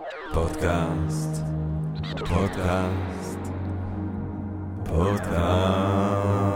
פודקאסט, פודקאסט, פודקאסט.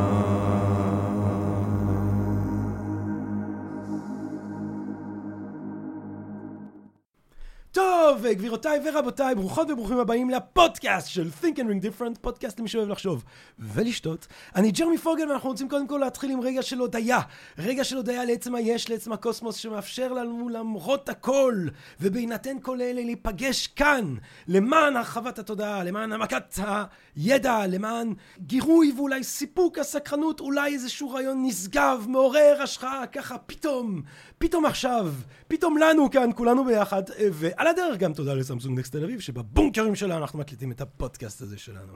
טוב, גבירותיי ורבותיי, ברוכות וברוכים הבאים לפודקאסט של Think and Ring Different, פודקאסט למי שאוהב לחשוב ולשתות. אני ג'רמי פוגל ואנחנו רוצים קודם כל להתחיל עם רגע של הודיה. רגע של הודיה לעצם היש, לעצם הקוסמוס שמאפשר לנו למרות הכל, ובהינתן כל אלה להיפגש כאן, למען הרחבת התודעה, למען העמקת הידע, למען גירוי ואולי סיפוק הסקרנות, אולי איזשהו רעיון נשגב, מעורר השחאה, ככה פתאום עכשיו, פתאום לנו כאן, כולנו ביחד, ועל הדרך גם תודה לסמסונג נקסט תל אביב, שבבונקרים שלה אנחנו מקליטים את הפודקאסט הזה שלנו.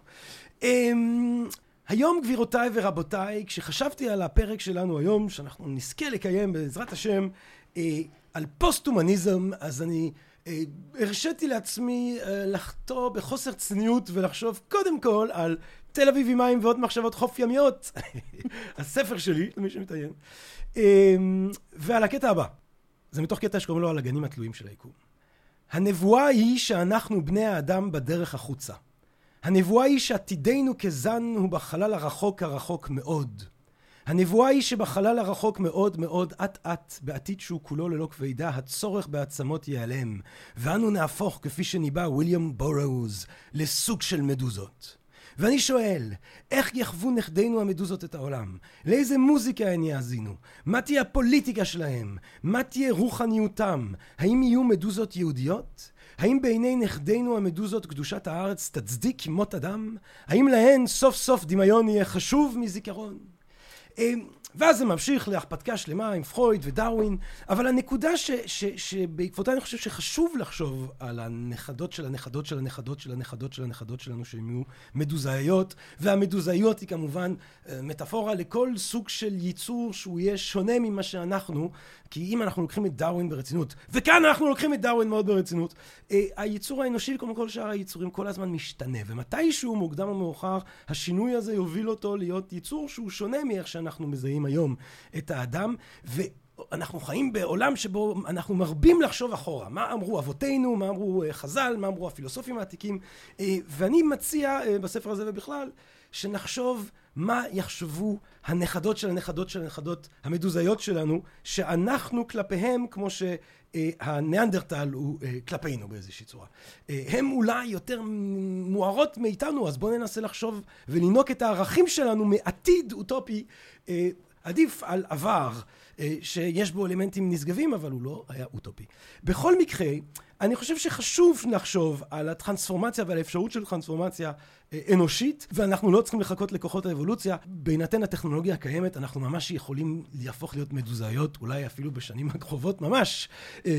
היום גבירותיי ורבותיי, כשחשבתי על הפרק שלנו היום, שאנחנו נזכה לקיים בעזרת השם, על פוסט-הומניזם, אז אני הרשיתי לעצמי לחטוא בחוסר צניעות ולחשוב קודם כל על תל אביב עם מים ועוד מחשבות חוף ימיות, הספר שלי, למי שמתעניין, ועל הקטע הבא. זה מתוך קטע שקוראים לו על הגנים התלויים של היקום. הנבואה היא שאנחנו בני האדם בדרך החוצה. הנבואה היא שעתידנו כזן הוא בחלל הרחוק מאוד. הנבואה היא שבחלל הרחוק מאוד מאוד אט בעתיד שהוא כולו ללא כבידה הצורך בעצמות ייעלם, ואנו נהפוך כפי שניבא וויליאם בורוז לסוג של מדוזות. ואני שואל, איך יחוו נכדינו המדוזות את העולם? לאיזה מוזיקה הן יאזינו? מה תהיה הפוליטיקה שלהם? מה תהיה רוחניותם? האם יהיו מדוזות יהודיות? האם בעיני נכדינו המדוזות קדושת הארץ תצדיק מות אדם? האם להן סוף סוף דמיון יהיה חשוב מזיכרון? ואז זה ממשיך להכפתקה שלמה עם פרויד ודרווין, אבל הנקודה שבעקבותה אני חושב שחשוב לחשוב על הנכדות של הנכדות של הנכדות של הנכדות של הנכדות שלנו שהן יהיו מדוזאיות, והמדוזאיות היא כמובן מטאפורה לכל סוג של ייצור שהוא יהיה שונה ממה שאנחנו, כי אם אנחנו לוקחים את דרווין ברצינות, וכאן אנחנו לוקחים את דרווין מאוד ברצינות, הייצור האנושי כמו כל שאר הייצורים כל הזמן משתנה, ומתישהו מוקדם או מאוחר השינוי הזה יוביל אותו להיות ייצור שהוא שונה מאיך שאנחנו מזהים היום את האדם, ואנחנו חיים בעולם שבו אנחנו מרבים לחשוב אחורה. מה אמרו אבותינו, מה אמרו חז"ל, מה אמרו הפילוסופים העתיקים, ואני מציע בספר הזה ובכלל, שנחשוב מה יחשבו הנכדות של הנכדות של הנכדות המדוזאיות שלנו, שאנחנו כלפיהם כמו שהניאנדרטל הוא כלפינו באיזושהי צורה. הם אולי יותר מוארות מאיתנו, אז בואו ננסה לחשוב ולנוק את הערכים שלנו מעתיד אוטופי, עדיף על עבר שיש בו אלמנטים נשגבים, אבל הוא לא היה אוטופי. בכל מקרה, אני חושב שחשוב לחשוב על הטרנספורמציה ועל האפשרות של טרנספורמציה אנושית, ואנחנו לא צריכים לחכות לכוחות האבולוציה. בהינתן הטכנולוגיה הקיימת, אנחנו ממש יכולים להפוך להיות מדוזאיות, אולי אפילו בשנים הקרובות ממש,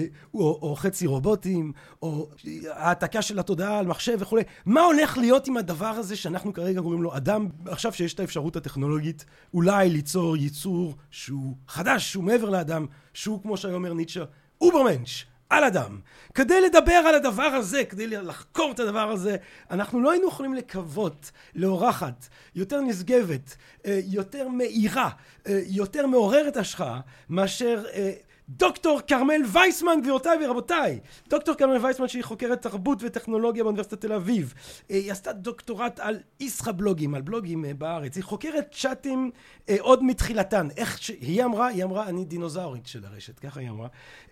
או חצי רובוטים, או העתקה של התודעה על מחשב וכו'. מה הולך להיות עם הדבר הזה שאנחנו כרגע קוראים לו אדם, עכשיו שיש את האפשרות הטכנולוגית, אולי ליצור ייצור שהוא חדש, שהוא מעבר לאדם, שהוא כמו שאומר ניטשה, אוברמנש. על אדם. כדי לדבר על הדבר הזה, כדי לחקור את הדבר הזה, אנחנו לא היינו יכולים לקוות לאורחת, יותר נשגבת, יותר מהירה, יותר מעוררת השחאה, מאשר דוקטור כרמל וייסמן, גבירותיי ורבותיי. דוקטור כרמל וייסמן שהיא חוקרת תרבות וטכנולוגיה באוניברסיטת תל אביב. היא עשתה דוקטורט על ישראבלוגים, על בלוגים בארץ. היא חוקרת צ'אטים עוד מתחילתן. איך שהיא אמרה, אני דינוזאורית של הרשת, ככה היא אמרה.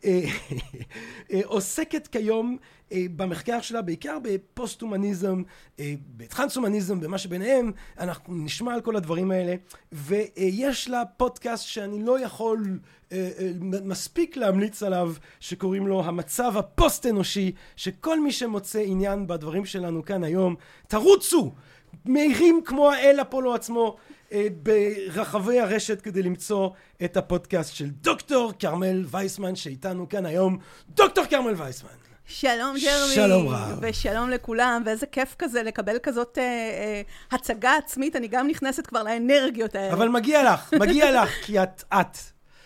עוסקת כיום במחקר שלה בעיקר בפוסט-הומניזם, בטרנס-הומניזם, במה שביניהם. אנחנו נשמע על כל הדברים האלה, ויש לה פודקאסט שאני לא יכול מספיק להמליץ עליו, שקוראים לו המצב הפוסט-אנושי, שכל מי שמוצא עניין בדברים שלנו כאן היום, תרוצו, מהירים כמו האל אפולו עצמו, ברחבי הרשת כדי למצוא את הפודקאסט של דוקטור כרמל וייסמן שאיתנו כאן היום. דוקטור כרמל וייסמן. שלום ג'רמי. שלום רב. ושלום לכולם, ואיזה כיף כזה לקבל כזאת הצגה עצמית, אני גם נכנסת כבר לאנרגיות האלה. אבל מגיע לך, כי את.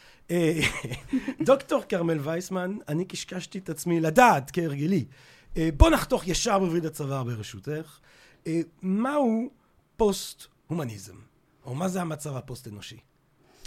דוקטור כרמל וייסמן, אני קשקשתי את עצמי לדעת כהרגלי. בוא נחתוך ישר בווריד הצוואר ברשותך. מהו פוסט-הומניזם? או מה זה המצב הפוסט-אנושי?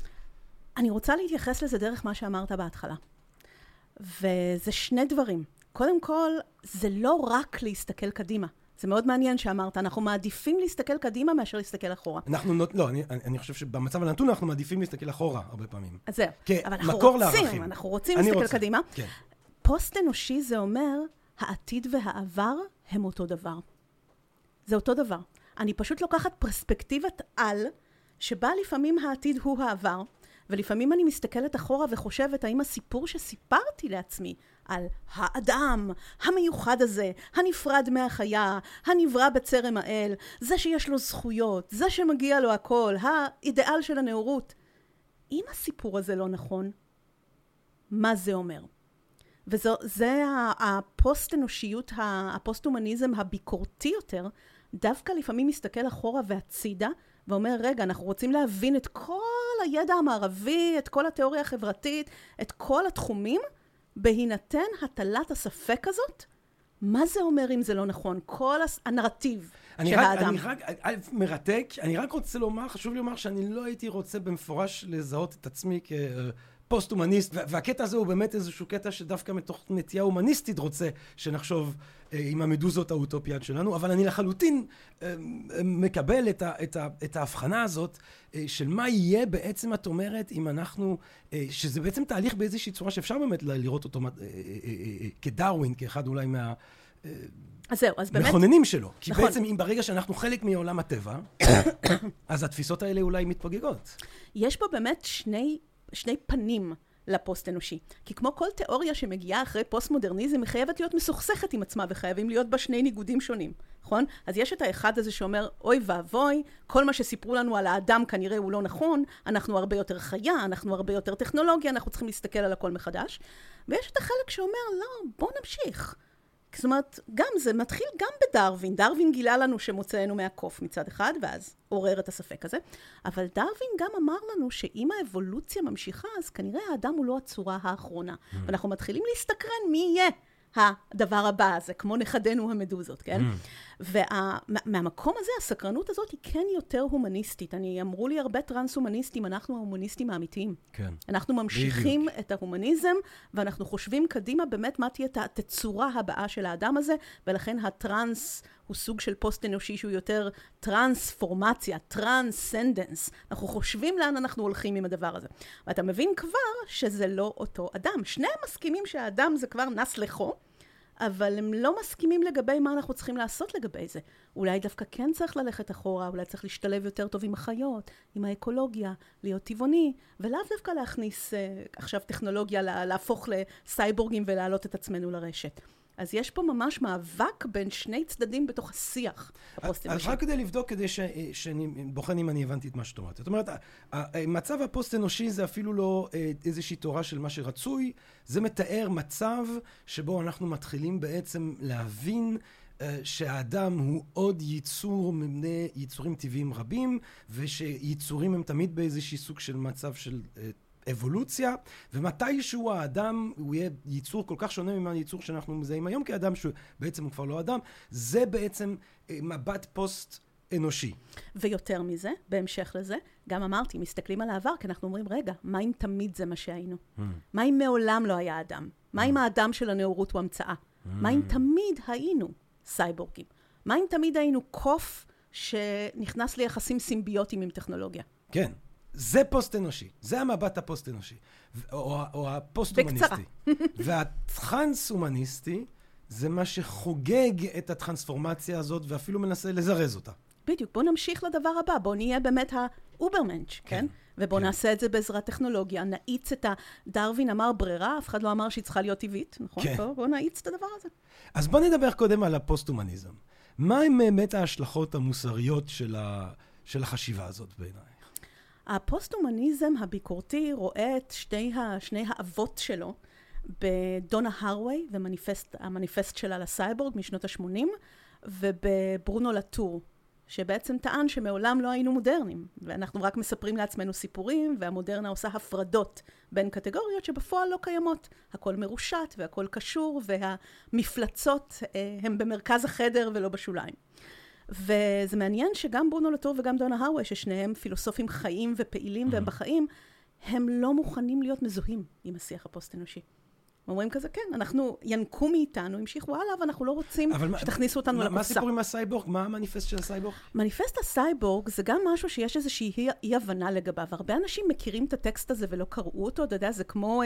אני רוצה להתייחס לזה דרך מה שאמרת בהתחלה. וזה שני דברים. קודם כל, זה לא רק להסתכל קדימה. זה מאוד מעניין שאמרת, אנחנו מעדיפים להסתכל קדימה מאשר להסתכל אחורה. אני חושב שבמצב הנתון אנחנו מעדיפים להסתכל אחורה הרבה פעמים. אז זהו. אבל אנחנו רוצים להסתכל קדימה. כן. פוסט אנושי זה אומר, העתיד והעבר הם אותו דבר. זה אותו דבר. אני פשוט לוקחת פרספקטיבת על, שבה לפעמים העתיד הוא העבר, ולפעמים אני מסתכלת אחורה וחושבת, האם הסיפור שסיפרתי לעצמי, על האדם המיוחד הזה, הנפרד מהחיה, הנברא בצרם האל, זה שיש לו זכויות, זה שמגיע לו הכל, האידאל של הנאורות. אם הסיפור הזה לא נכון, מה זה אומר? וזה הפוסט-אנושיות, הפוסט-הומניזם הביקורתי יותר, דווקא לפעמים מסתכל אחורה והצידה, ואומר, רגע, אנחנו רוצים להבין את כל הידע המערבי, את כל התיאוריה החברתית, את כל התחומים, בהינתן הטלת הספק הזאת, מה זה אומר אם זה לא נכון? כל הנרטיב של האדם. מרתק, אני רק רוצה לומר, חשוב לי לומר שאני לא הייתי רוצה במפורש לזהות את עצמי כפוסט-הומניסט, והקטע הזה הוא באמת איזשהו קטע שדווקא מתוך נטייה הומניסטית רוצה שנחשוב עם המדוזות האוטופיות שלנו, אבל אני לחלוטין מקבל את ההבחנה הזאת של מה יהיה בעצם, את אומרת, אם אנחנו, שזה בעצם תהליך באיזושהי צורה שאפשר באמת לראות אותו כדרווין, כאחד אולי מכוננים שלו. כי בעצם אם ברגע שאנחנו חלק מעולם הטבע, אז התפיסות האלה אולי מתפוגגות. יש פה באמת שני פנים לפוסט אנושי. כי כמו כל תיאוריה שמגיעה אחרי פוסט-מודרניזם, היא חייבת להיות מסוכסכת עם עצמה, וחייבים להיות בה שני ניגודים שונים, נכון? אז יש את האחד הזה שאומר, אוי ואבוי, כל מה שסיפרו לנו על האדם כנראה הוא לא נכון, אנחנו הרבה יותר חיה, אנחנו הרבה יותר טכנולוגיה, אנחנו צריכים להסתכל על הכל מחדש. ויש את החלק שאומר, לא, בוא נמשיך. זאת אומרת, גם זה מתחיל גם בדרווין. דרווין גילה לנו שמוצאנו מהקוף מצד אחד, ואז עורר את הספק הזה. אבל דרווין גם אמר לנו שאם האבולוציה ממשיכה, אז כנראה האדם הוא לא הצורה האחרונה. ואנחנו מתחילים להסתקרן מי יהיה הדבר הבא הזה, כמו נכדנו המדוזות, כן? ומהמקום הזה, הסקרנות הזאת היא כן יותר הומניסטית. אמרו לי הרבה טרנס-הומניסטים, אנחנו ההומניסטים האמיתיים. כן. אנחנו ממשיכים את ההומניזם, ואנחנו חושבים קדימה באמת מה תהיה התצורה הבאה של האדם הזה, ולכן הטרנס הוא סוג של פוסט אנושי שהוא יותר טרנספורמציה, טרנסנדנס. אנחנו חושבים לאן אנחנו הולכים עם הדבר הזה. ואתה מבין כבר שזה לא אותו אדם. שניהם מסכימים שהאדם זה כבר נס לחו, אבל הם לא מסכימים לגבי מה אנחנו צריכים לעשות לגבי זה. אולי דווקא כן צריך ללכת אחורה, אולי צריך להשתלב יותר טוב עם החיות, עם האקולוגיה, להיות טבעוני, ולאו דווקא להכניס עכשיו טכנולוגיה, להפוך לסייבורגים ולהעלות את עצמנו לרשת. אז יש פה ממש מאבק בין שני צדדים בתוך השיח. אז רק כדי לבדוק, כדי שאני בוחן אם אני הבנתי את מה שאת אומרת. זאת אומרת, מצב הפוסט-אנושי זה אפילו לא איזושהי תורה של מה שרצוי, זה מתאר מצב שבו אנחנו מתחילים בעצם להבין שהאדם הוא עוד ייצור מבני יצורים טבעיים רבים, ושיצורים הם תמיד באיזושהי סוג של מצב של אבולוציה, ומתישהו האדם הוא יהיה ייצור כל כך שונה מהייצור שאנחנו מזהים היום כאדם, שבעצם הוא כבר לא אדם. זה בעצם מבט פוסט אנושי. ויותר מזה, בהמשך לזה, גם אמרתי, מסתכלים על העבר, כי אנחנו אומרים, רגע, מה אם תמיד זה מה שהיינו? מה אם מעולם לא היה אדם? מה אם האדם של הנאורות הוא המצאה? מה אם תמיד היינו סייבורגים? מה אם תמיד היינו קוף שנכנס ליחסים סימביוטיים עם טכנולוגיה? כן. זה פוסט אנושי, זה המבט הפוסט אנושי, או הפוסט הומניסטי. והטרנס הומניסטי זה מה שחוגג את הטרנספורמציה הזאת ואפילו מנסה לזרז אותה. בדיוק, בוא נמשיך לדבר הבא, בוא נהיה באמת האוברמנץ', כן? ובוא נעשה את זה בעזרת טכנולוגיה, נאיץ את דרווין אמר ברירה, אף אחד לא אמר שהיא צריכה להיות טבעית, נכון? בוא נאיץ את הדבר הזה. אז בוא נדבר קודם על הפוסט-הומניזם. מה הם באמת ההשלכות המוסריות של החשיבה הזאת בעיניי? הפוסט-הומניזם הביקורתי רואה את שני האבות שלו בדונה הרווי והמניפסט שלה לסייבורג משנות ה-80, ובברונו לטור, שבעצם טען שמעולם לא היינו מודרניים, ואנחנו רק מספרים לעצמנו סיפורים, והמודרנה עושה הפרדות בין קטגוריות שבפועל לא קיימות. הכל מרושת והכל קשור, והמפלצות הם במרכז החדר ולא בשוליים. וזה מעניין שגם ברונו לטור וגם דונה הרווי, ששניהם פילוסופים חיים ופעילים והם בחיים, הם לא מוכנים להיות מזוהים עם השיח הפוסט-אנושי. אומרים כזה, כן, אנחנו ינקו מאיתנו, המשיכו הלאה, ואנחנו לא רוצים שתכניסו אותנו לקופסה. מה הסיפור עם הסייבורג? מה המניפסט של הסייבורג? מניפסט הסייבורג זה גם משהו שיש איזושהי אי-הבנה לגביו. הרבה אנשים מכירים את הטקסט הזה ולא קראו אותו, אתה יודע, זה כמו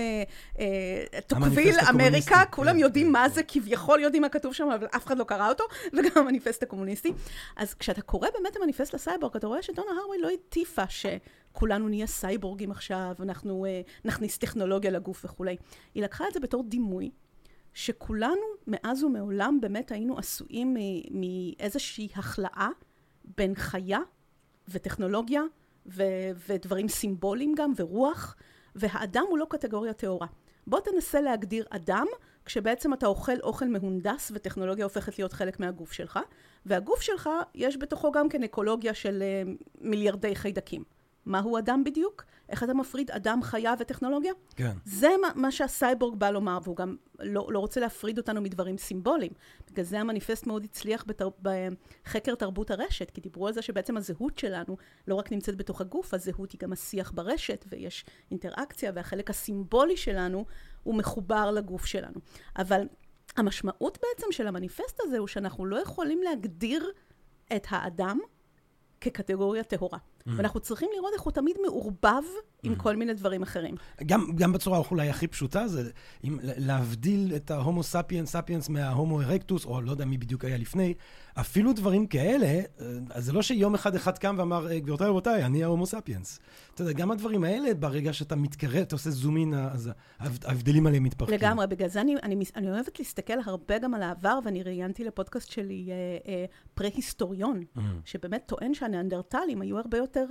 תוקביל אמריקה, כולם יודעים מה זה, כביכול יודעים מה כתוב שם, אבל אף אחד לא קרא אותו, וגם המניפסט הקומוניסטי. אז כשאתה קורא באמת המניפסט לסייבורג, אתה רואה שדונה הרווי לא הטיפה כולנו נהיה סייבורגים עכשיו, אנחנו נכניס טכנולוגיה לגוף וכו'. היא לקחה את זה בתור דימוי, שכולנו מאז ומעולם באמת היינו עשויים מאיזושהי החלאה בין חיה וטכנולוגיה ודברים סימבוליים גם ורוח, והאדם הוא לא קטגוריה טהורה. בוא תנסה להגדיר אדם, כשבעצם אתה אוכל מהונדס וטכנולוגיה הופכת להיות חלק מהגוף שלך, והגוף שלך יש בתוכו גם כן אקולוגיה של מיליארדי חיידקים. מהו אדם בדיוק? איך אתה מפריד אדם, חיה וטכנולוגיה? כן. זה מה שהסייבורג בא לומר, והוא גם לא רוצה להפריד אותנו מדברים סימבוליים. בגלל זה המניפסט מאוד הצליח בחקר תרבות הרשת, כי דיברו על זה שבעצם הזהות שלנו לא רק נמצאת בתוך הגוף, הזהות היא גם השיח ברשת, ויש אינטראקציה, והחלק הסימבולי שלנו הוא מחובר לגוף שלנו. אבל המשמעות בעצם של המניפסט הזה הוא שאנחנו לא יכולים להגדיר את האדם כקטגוריה טהורה. ואנחנו צריכים לראות איך הוא תמיד מעורבב עם כל מיני דברים אחרים. גם בצורה אולי הכי פשוטה, זה להבדיל את ההומו ספיאנס מההומו ארקטוס, או לא יודע מי בדיוק היה לפני, אפילו דברים כאלה, אז זה לא שיום אחד קם ואמר, גבירותיי ורבותיי, אני ההומו ספיאנס. אתה יודע, גם הדברים האלה, ברגע שאתה מתקרב, אתה עושה זומין, אז ההבדלים עליהם מתפרקים. לגמרי, בגלל זה אני אוהבת להסתכל הרבה גם על העבר, ואני ראיינתי לפודקאסט שלי פרה-היסטוריון, שבאמת טוען שהניאנדרטלים היו הרבה יותר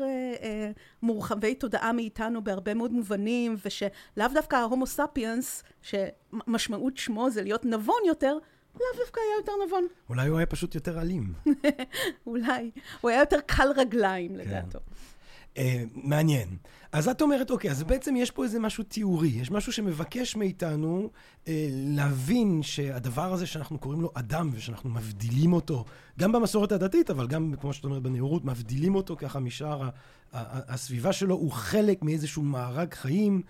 מורחבי תודעה מאיתנו בהרבה מאוד מובנים, ושלאו דווקא ההומו ספיאנס, שמשמעות שמו זה להיות נבון יותר, לאו דווקא היה יותר נבון. אולי הוא היה פשוט יותר אלים. אולי. הוא היה יותר קל רגליים, לדעתו. מעניין. אז את אומרת, אוקיי, אז בעצם יש פה איזה משהו תיאורי, יש משהו שמבקש מאיתנו להבין שהדבר הזה שאנחנו קוראים לו אדם, ושאנחנו מבדילים אותו, גם במסורת הדתית, אבל גם, כמו שאת אומרת, בנאורות, מבדילים אותו ככה משאר הסביבה שלו, הוא חלק מאיזשהו מארג חיים.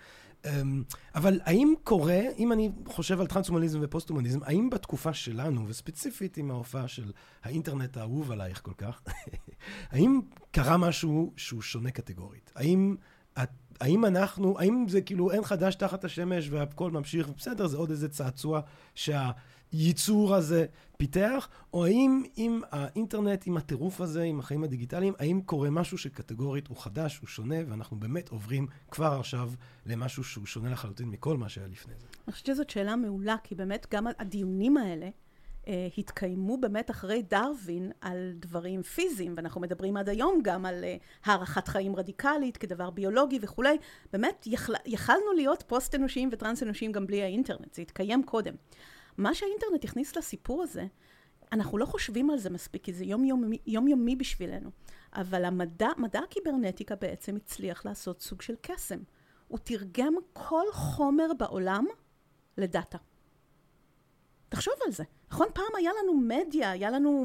אבל האם קורה, אם אני חושב על טרנס-הומניזם ופוסט-הומניזם, האם בתקופה שלנו, וספציפית עם ההופעה של האינטרנט האהוב עלייך כל כך, האם קרה משהו שהוא שונה קטגורית? האם זה כאילו אין חדש תחת השמש והכל ממשיך, בסדר, זה עוד איזה צעצוע שהייצור הזה פיתח, או האם עם האינטרנט, עם הטירוף הזה, עם החיים הדיגיטליים, האם קורה משהו שקטגורית הוא חדש, הוא שונה, ואנחנו באמת עוברים כבר עכשיו למשהו שהוא שונה לחלוטין מכל מה שהיה לפני זה? אני חושבת שזאת שאלה מעולה, כי באמת גם הדיונים האלה התקיימו באמת אחרי דרווין על דברים פיזיים, ואנחנו מדברים עד היום גם על הערכת חיים רדיקלית כדבר ביולוגי וכו'. באמת יכלנו להיות פוסט-אנושיים וטרנס-אנושיים גם בלי האינטרנט, זה התקיים קודם. מה שהאינטרנט הכניס לסיפור הזה, אנחנו לא חושבים על זה מספיק, כי זה יומיומי בשבילנו. אבל מדע הקיברנטיקה בעצם הצליח לעשות סוג של קסם. הוא תרגם כל חומר בעולם לדאטה. תחשוב על זה. נכון, פעם היה לנו מדיה, היה לנו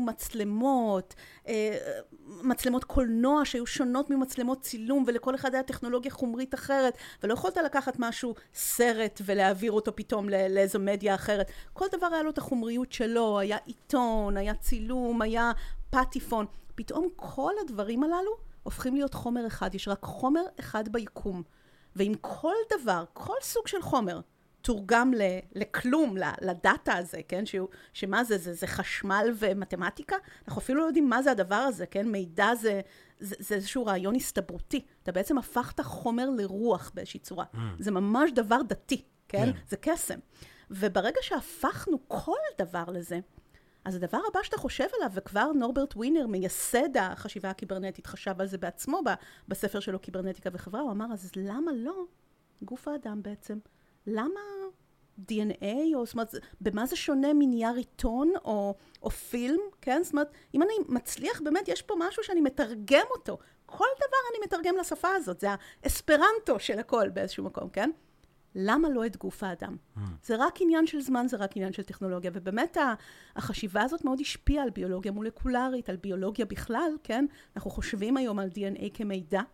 מצלמות קולנוע שהיו שונות ממצלמות צילום, ולכל אחד היה טכנולוגיה חומרית אחרת, ולא יכולת לקחת משהו, סרט, ולהעביר אותו פתאום לאיזו מדיה אחרת. כל דבר היה לו את החומריות שלו, היה עיתון, היה צילום, היה פטיפון. פתאום כל הדברים הללו הופכים להיות חומר אחד, יש רק חומר אחד ביקום. ועם כל דבר, כל סוג של חומר, תורגם לכלום, לדאטה הזה, כן? שמה זה? זה חשמל ומתמטיקה? אנחנו אפילו לא יודעים מה זה הדבר הזה, כן? מידע זה איזשהו רעיון הסתברותי. אתה בעצם הפכת חומר לרוח באיזושהי צורה. זה ממש דבר דתי, כן? זה קסם. וברגע שהפכנו כל דבר לזה, אז הדבר הבא שאתה חושב עליו, וכבר נורברט ווינר, מייסד החשיבה הקיברנטית, חשב על זה בעצמו בספר שלו, קיברנטיקה וחברה, הוא אמר, אז למה לא גוף האדם בעצם? למה DNA, או זאת אומרת, במה זה שונה מנייר עיתון או פילם, כן? זאת אומרת, אם אני מצליח, באמת יש פה משהו שאני מתרגם אותו. כל דבר אני מתרגם לשפה הזאת, זה האספרנטו של הכל באיזשהו מקום, כן? למה לא את גוף האדם? זה רק עניין של זמן, זה רק עניין של טכנולוגיה, ובאמת החשיבה הזאת מאוד השפיעה על ביולוגיה מולקולרית, על ביולוגיה בכלל, כן? אנחנו חושבים היום על DNA כמידע.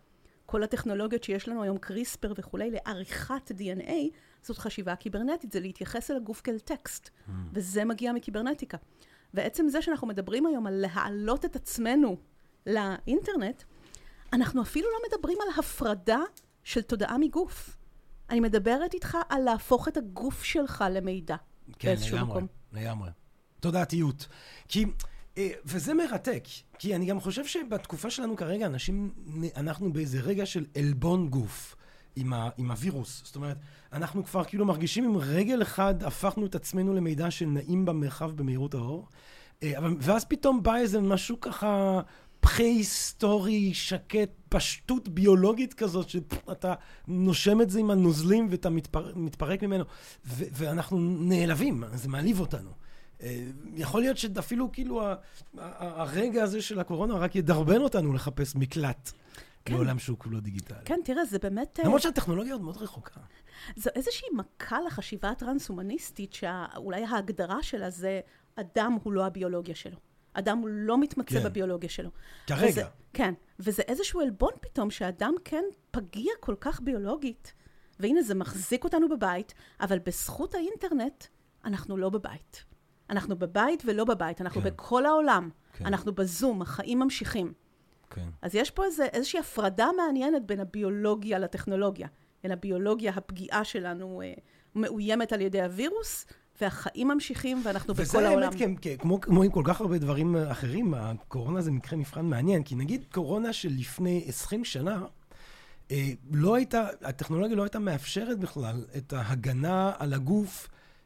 כל הטכנולוגיות שיש לנו היום, קריספר וכולי, לעריכת DNA, זאת חשיבה קיברנטית, זה להתייחס אל הגוף כאל טקסט, וזה מגיע מקיברנטיקה. ועצם זה שאנחנו מדברים היום על להעלות את עצמנו לאינטרנט, אנחנו אפילו לא מדברים על הפרדה של תודעה מגוף. אני מדברת איתך על להפוך את הגוף שלך למידע. כן, לגמרי. תודעתיות. וזה מרתק, כי אני גם חושב שבתקופה שלנו כרגע, אנחנו באיזה רגע של אלבון גוף עם הווירוס. זאת אומרת, אנחנו כבר כאילו מרגישים עם רגל אחד, הפכנו את עצמנו למידע שנעים במרחב במהירות האור, ואז פתאום בא איזה משהו ככה פרה-היסטורי, שקט, פשטות ביולוגית כזאת, שאתה נושם את זה עם הנוזלים ואתה מתפרק ממנו, ואנחנו נעלבים, זה מעליב אותנו. יכול להיות שאפילו כאילו הרגע הזה של הקורונה רק ידרבן אותנו לחפש מקלט בעולם שהוא כולו דיגיטלי. כן, תראה, זה באמת... למרות שהטכנולוגיה עוד מאוד רחוקה. זו איזושהי מכה לחשיבה הטרנס-הומניסטית, שאולי ההגדרה שלה זה אדם הוא לא הביולוגיה שלו. אדם הוא לא מתמצא בביולוגיה שלו. כרגע. כן, וזה איזשהו אלבון פתאום, שאדם כן פגיע כל כך ביולוגית, והנה זה מחזיק אותנו בבית, אבל בזכות האינטרנט אנחנו לא בבית. אנחנו בבית ולא בבית, אנחנו בכל העולם. אנחנו בזום, החיים ממשיכים. אז יש פה איזושהי הפרדה מעניינת בין הביולוגיה לטכנולוגיה. בין הביולוגיה, הפגיעה שלנו מאוימת על ידי הווירוס, והחיים ממשיכים ואנחנו בכל העולם. וזה האמת, כמו עם כל כך הרבה דברים אחרים, הקורונה זה מקרה מבחן מעניין, כי נגיד קורונה שלפני 20 שנה, הטכנולוגיה לא הייתה מאפשרת בכלל את ההגנה על הגוף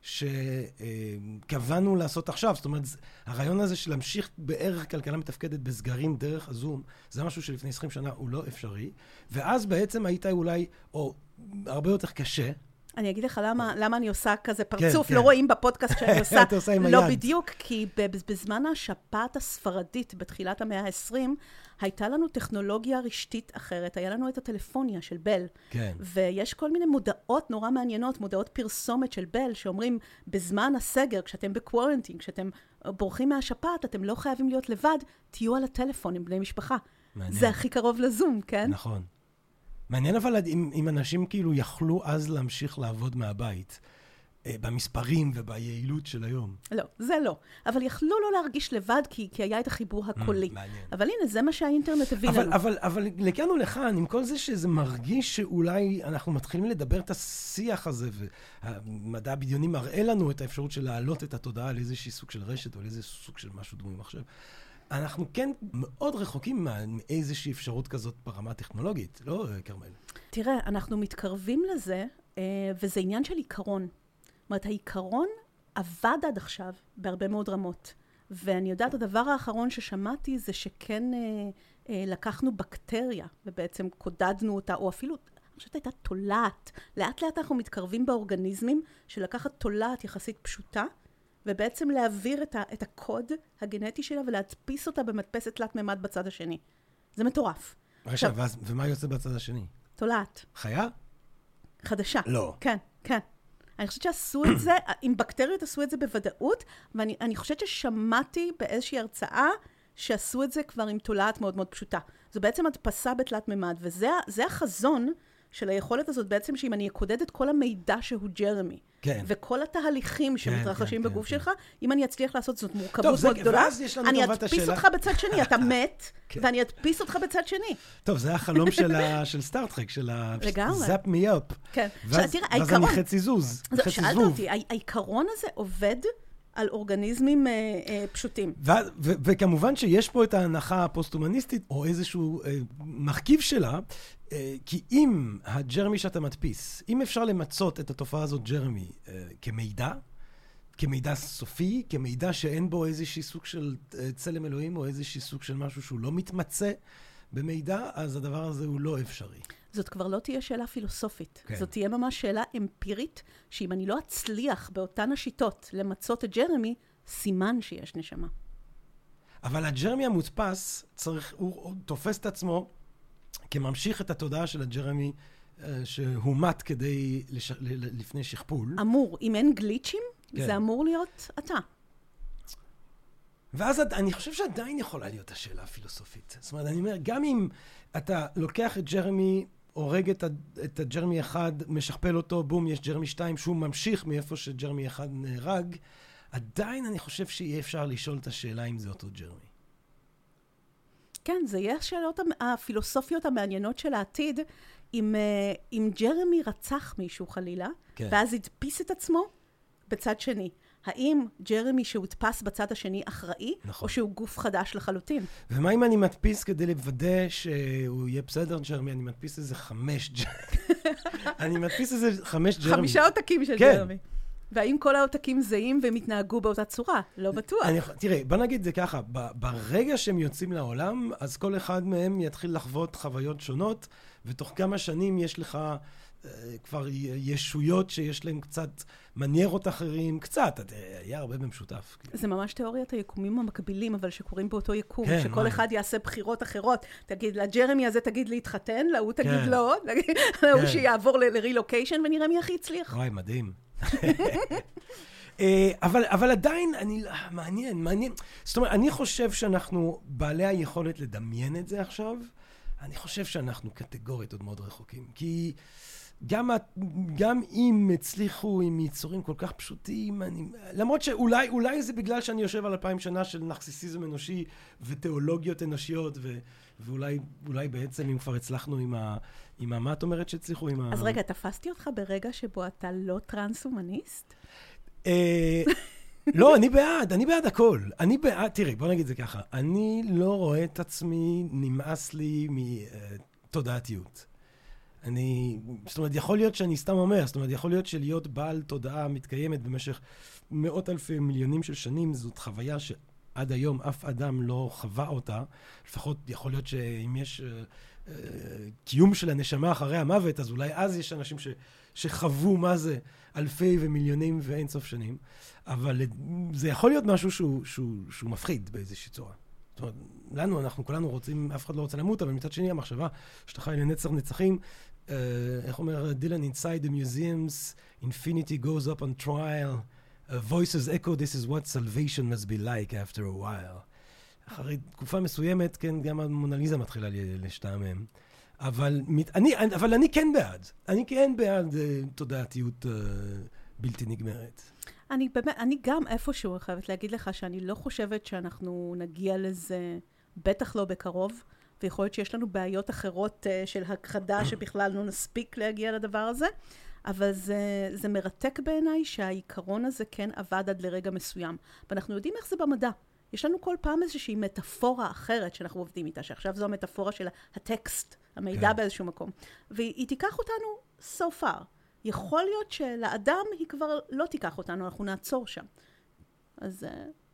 שקבענו לעשות עכשיו. זאת אומרת, הרעיון הזה של להמשיך בערך כלכלה מתפקדת בסגרים דרך הזום, זה משהו שלפני 20 שנה הוא לא אפשרי, ואז בעצם היית אולי, או הרבה יותר קשה, אני אגיד לך למה אני עושה כזה פרצוף, לא רואים בפודקאסט שאני עושה, לא בדיוק, כי בזמן השפעת הספרדית בתחילת המאה ה-20, הייתה לנו טכנולוגיה רשתית אחרת, היה לנו את הטלפוניה של בל, ויש כל מיני מודעות נורא מעניינות, מודעות פרסומת של בל, שאומרים, בזמן הסגר, כשאתם בקוורנטין, כשאתם בורחים מהשפעת, אתם לא חייבים להיות לבד, תהיו על הטלפון עם בני משפחה. זה הכי קרוב לזום, כן? נכון. מעניין אבל אם אנשים כאילו יכלו אז להמשיך לעבוד מהבית, במספרים וביעילות של היום. לא, זה לא. אבל יכלו לא להרגיש לבד, כי היה את החיבור הקולי. מעניין. אבל הנה, זה מה שהאינטרנט הביא לנו. אבל לכאן ולכאן, עם כל זה שזה מרגיש שאולי אנחנו מתחילים לדבר את השיח הזה, והמדע הבדיוני מראה לנו את האפשרות של להעלות את התודעה על איזושהי סוג של רשת, או על איזה סוג של משהו דמוי מחשב. אנחנו כן מאוד רחוקים מאיזושהי אפשרות כזאת ברמה הטכנולוגית, לא, קרמל? תראה, אנחנו מתקרבים לזה, וזה עניין של עיקרון. זאת אומרת, העיקרון עבד עד עכשיו בהרבה מאוד רמות. ואני יודעת, הדבר האחרון ששמעתי זה שכן לקחנו בקטריה, ובעצם קודדנו אותה, או אפילו, אני חושבת הייתה תולעת. לאט לאט אנחנו מתקרבים באורגניזמים, שלקחת תולעת יחסית פשוטה, ובעצם להעביר את הקוד הגנטי שלה, ולהדפיס אותה במדפסת תלת ממד בצד השני. זה מטורף. עכשיו, ומה יוצא בצד השני? תולעת. חיה? חדשה. לא. כן, כן. אני חושבת שעשו את זה, עם בקטריות עשו את זה בוודאות, ואני חושבת ששמעתי באיזושהי הרצאה, שעשו את זה כבר עם תולעת מאוד מאוד פשוטה. זו בעצם הדפסה בתלת ממד, וזה החזון של היכולת הזאת בעצם, שאם אני אקודד את כל המידע שהוא ג'רמי, כן. וכל התהליכים שמתרחשים כן, בגוף כן. שלך, אם אני אצליח לעשות זאת מורכבות מאוד גדולה, אני אדפיס אותך בצד שני, אתה מת, ואני אדפיס אותך בצד שני. טוב, זה החלום של סטארטרק, של זאפ מי אפ. כן. ואז אני חצי זוז, חצי זבוב. שאלת אותי, העיקרון הזה עובד על אורגניזמים פשוטים. וכמובן שיש פה את ההנחה הפוסט-הומניסטית, או איזשהו מרכיב שלה, כי אם הג'רמי שאתה מדפיס, אם אפשר למצות את התופעה הזאת ג'רמי כמידע סופי, כמידע שאין בו איזושהי סוג של צלם אלוהים, או איזושהי סוג של משהו שהוא לא מתמצא במידע, אז הדבר הזה הוא לא אפשרי. זאת כבר לא תהיה שאלה פילוסופית. כן. זאת תהיה ממש שאלה אמפירית, שאם אני לא אצליח באותן השיטות למצות את ג'רמי, סימן שיש נשמה. אבל הג'רמי המודפס, הוא תופס את עצמו כממשיך את התודעה של הג'רמי שהומת כדי לפני שכפול. אמור, אם אין גליצ'ים, כן. זה אמור להיות אתה. ואז אני חושב שעדיין יכולה להיות השאלה הפילוסופית. זאת אומרת, אני אומר, גם אם אתה לוקח את ג'רמי, הורג את הג'רמי אחד, משכפל אותו, בום, יש ג'רמי 2, שהוא ממשיך מאיפה שג'רמי אחד נהרג, עדיין אני חושב שיהיה אפשר לשאול את השאלה אם זה אותו ג'רמי. כן, זה יהיה השאלות הפילוסופיות המעניינות של העתיד, אם ג'רמי רצח מישהו חלילה, כן. ואז הדפיס את עצמו בצד שני. האם ג'רמי שהודפס בצד השני אחראי, נכון. או שהוא גוף חדש לחלוטין? ומה אם אני מדפיס כדי לוודא שהוא יהיה בסדר ג'רמי? אני מדפיס איזה 5 ג'רמי. אני מדפיס איזה 5 ג'רמי. 5 עותקים של כן. ג'רמי. והאם כל העותקים זהים והם התנהגו באותה צורה? לא בטוח. תראה, בוא נגיד זה ככה, ברגע שהם יוצאים לעולם, אז כל אחד מהם יתחיל לחוות חוויות שונות, ותוך כמה שנים יש לך כבר ישויות שיש להם קצת מניירות אחרים, קצת, היה הרבה במשותף. זה ממש תיאוריית היקומים המקבילים, אבל שקוראים באותו יקום, כן, שכל אחד יעשה בחירות אחרות. תגיד, לג'רמי הזה תגיד להתחתן, להוא תגיד לא, להוא שיעבור לרילוקיישן, ונראה מי הכי הצליח. וואי, מדהים. אבל עדיין, מעניין. זאת אומרת, אני חושב שאנחנו בעלי היכולת לדמיין את זה עכשיו, אני חושב שאנחנו קטגורית עוד מאוד רחוקים, כי גם אם הצליחו עם יצורים כל כך פשוטים, למרות שאולי זה בגלל שאני יושב על 2000 שנה של נרקסיסיזם אנושי ותיאולוגיות אנושיות, ואולי בעצם אם כבר הצלחנו עם מה את אומרת שהצליחו עם אז רגע, תפסתי אותך ברגע שבו אתה לא טרנס-הומניסט? לא, אני בעד הכל. תראי, בוא נגיד זה ככה, אני לא רואה את עצמי, נמאס לי מתודעתיות. זאת אומרת, יכול להיות שאני סתם אומר, זאת אומרת, יכול להיות שלהיות בעל תודעה מתקיימת במשך מאות אלפי מיליונים של שנים, זאת חוויה שעד היום אף אדם לא חווה אותה. לפחות יכול להיות שאם יש קיום של הנשמה אחרי המוות, אז אולי אז יש אנשים שחוו מה זה אלפי ומיליונים ואין סוף שנים. אבל זה יכול להיות משהו שהוא מפחיד באיזושהי צורה. זאת אומרת, אנחנו כולנו רוצים, אף אחד לא רוצה למות, אבל מצד שני המחשבה שאתה חי לנצח נצחים, איך אומר דילן, inside the museums, infinity goes up on trial, voices echo, this is what salvation must be like after a while. אחרי תקופה מסוימת, כן, גם המונליזה מתחילה להשתעמם. אבל אני כן בעד. אני כן בעד תודעתיות בלתי נגמרת. אני גם איפשהו חייבת להגיד לך שאני לא חושבת שאנחנו נגיע לזה, בטח לא בקרוב, ויכול להיות שיש לנו בעיות אחרות של הכחדה שבכלל לא נספיק להגיע לדבר הזה, אבל זה מרתק בעיניי שהעיקרון הזה כן עבד עד לרגע מסוים. ואנחנו יודעים איך זה במדע. יש לנו כל פעם איזושהי מטאפורה אחרת שאנחנו עובדים איתה, שעכשיו זו המטאפורה של הטקסט, המידע באיזשהו מקום. והיא תיקח אותנו so far. יכול להיות שלאדם היא כבר לא תיקח אותנו, אנחנו נעצור שם. אז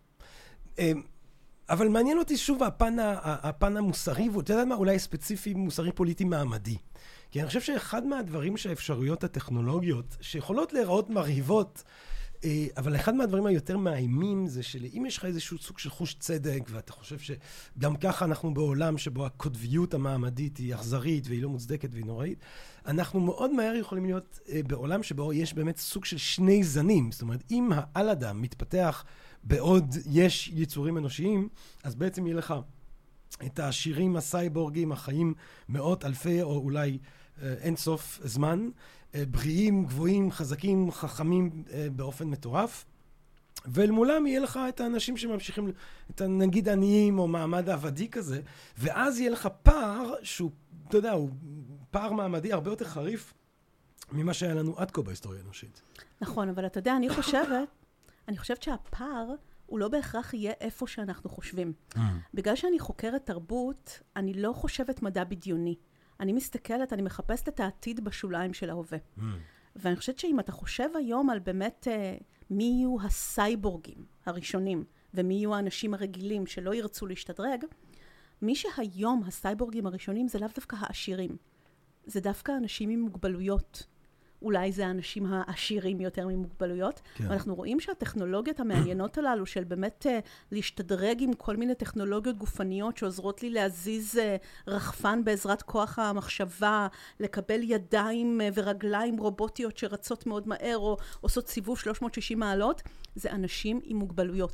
אבל מעניין אותי שוב הפן המוסרי, ואתה יודע מה, אולי ספציפי מוסרי פוליטי מעמדי. כי אני חושב שאחד מהדברים שהאפשרויות הטכנולוגיות, שיכולות להיראות מרהיבות, אבל אחד מהדברים היותר מאיימים זה שאם יש לך איזשהו סוג של חוש צדק, ואתה חושב שגם ככה אנחנו בעולם שבו הקודביות המעמדית היא אכזרית והיא לא מוצדקת והיא נוראית, אנחנו מאוד מהר יכולים להיות בעולם שבו יש באמת סוג של שני זנים. זאת אומרת, אם העל אדם מתפתח בעוד יש יצורים אנושיים, אז בעצם יהיה לך את העשירים הסייבורגים החיים מאות אלפי או אולי אין סוף זמן, בריאים, גבוהים, חזקים, חכמים באופן מטורף, ואל מולם יהיה לך את האנשים שממשיכים, את נגיד עניים או מעמד עבדי כזה, ואז יהיה לך פער שהוא, אתה יודע, הוא פער מעמדי הרבה יותר חריף ממה שהיה לנו עד כה בהיסטוריה האנושית. נכון, אבל אתה יודע, אני חושבת שהפער הוא לא בהכרח יהיה איפה שאנחנו חושבים. בגלל שאני חוקרת תרבות, אני לא חושבת מדע בדיוני. אני מסתכלת, אני מחפשת את העתיד בשוליים של ההווה. ואני חושבת שאם אתה חושב היום על באמת מי יהיו הסייבורגים הראשונים, ומי יהיו האנשים הרגילים שלא ירצו להשתדרג, מי שהיום הסייבורגים הראשונים זה לאו דווקא העשירים. זה דווקא אנשים עם מוגבלויות. אולי זה האנשים העשירים יותר ממוגבלויות. כן. ואנחנו רואים שהטכנולוגיות המעניינות הללו של באמת להשתדרג עם כל מיני טכנולוגיות גופניות שעוזרות לי להזיז רחפן בעזרת כוח המחשבה, לקבל ידיים ורגליים רובוטיות שרצות מאוד מהר או עושות סיבוב 360 מעלות, זה אנשים עם מוגבלויות.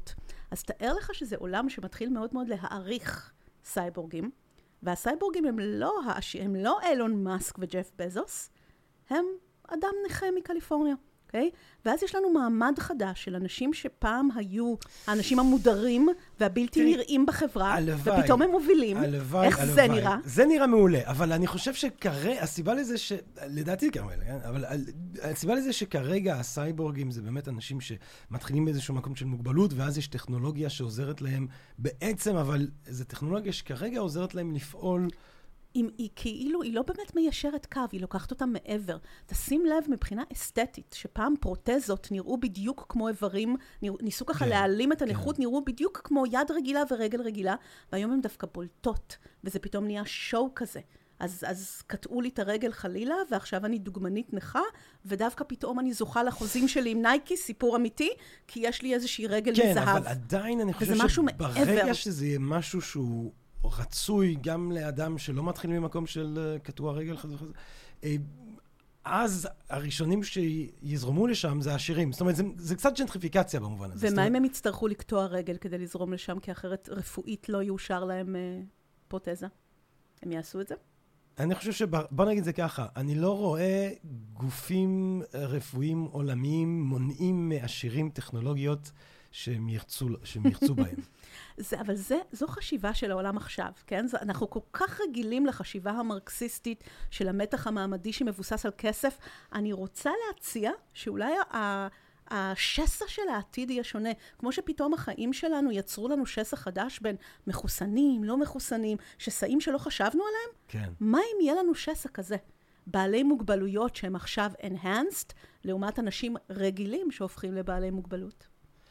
אז תאר לך שזה עולם שמתחיל מאוד מאוד להעריך סייבורגים, והסייבורגים הם לא אילון מאסק וג'ף בזוס, הם אדם נכה מקליפורניה. Okay? ואז יש לנו מעמד חדש של אנשים שפעם היו האנשים המודרים והבלתי נראים בחברה, ופתאום הם מובילים. איך זה נראה? זה נראה מעולה, אבל אני חושב הסיבה לזה לדעתי אבל הסיבה לזה שכרגע הסייבורגים זה באמת אנשים שמתחילים באיזשהו מקום של מוגבלות, ואז יש טכנולוגיה שעוזרת להם בעצם, אבל זו טכנולוגיה שכרגע עוזרת להם לפעול היא כאילו, היא לא באמת מיישרת קו, היא לוקחת אותם מעבר. תשים לב מבחינה אסתטית, שפעם פרוטזות נראו בדיוק כמו איברים, ניסו ככה להעלים את הנכות, נראו בדיוק כמו יד רגילה ורגל רגילה, והיום הן דווקא בולטות, וזה פתאום נהיה שואו כזה. אז קטעו לי את הרגל חלילה, ועכשיו אני דוגמנית נכה, ודווקא פתאום אני זוכה לחוזים שלי עם נייקי, סיפור אמיתי, כי יש לי איזושהי רגל מזהב. כן, אבל עדיין אני חושב שברגע שזה יהיה משהו שהוא רצוי גם לאדם שלא מתחיל ממקום של קטוע רגל, אז הראשונים שיזרמו לשם זה העשירים. זאת אומרת, זה קצת ג'נטריפיקציה במובן הזה. ומה אם הם יצטרכו לקטוע רגל כדי לזרום לשם, כי אחרת רפואית לא יאושר להם פרוטזה? הם יעשו את זה? אני חושב בוא נגיד זה ככה, אני לא רואה גופים רפואיים עולמיים מונעים מעשירים טכנולוגיות שהם ירצו בהם. אבל זו חשיבה של העולם עכשיו, כן? אנחנו כל כך רגילים לחשיבה המרקסיסטית של המתח המעמדי שמבוסס על כסף. אני רוצה להציע שאולי השסע של העתיד יהיה שונה. כמו שפתאום החיים שלנו יצרו לנו שסע חדש בין מחוסנים, לא מחוסנים, שסעים שלא חשבנו עליהם? כן. מה אם יהיה לנו שסע כזה? בעלי מוגבלויות שהם עכשיו enhanced, לעומת אנשים רגילים שהופכים לבעלי מוגבלות.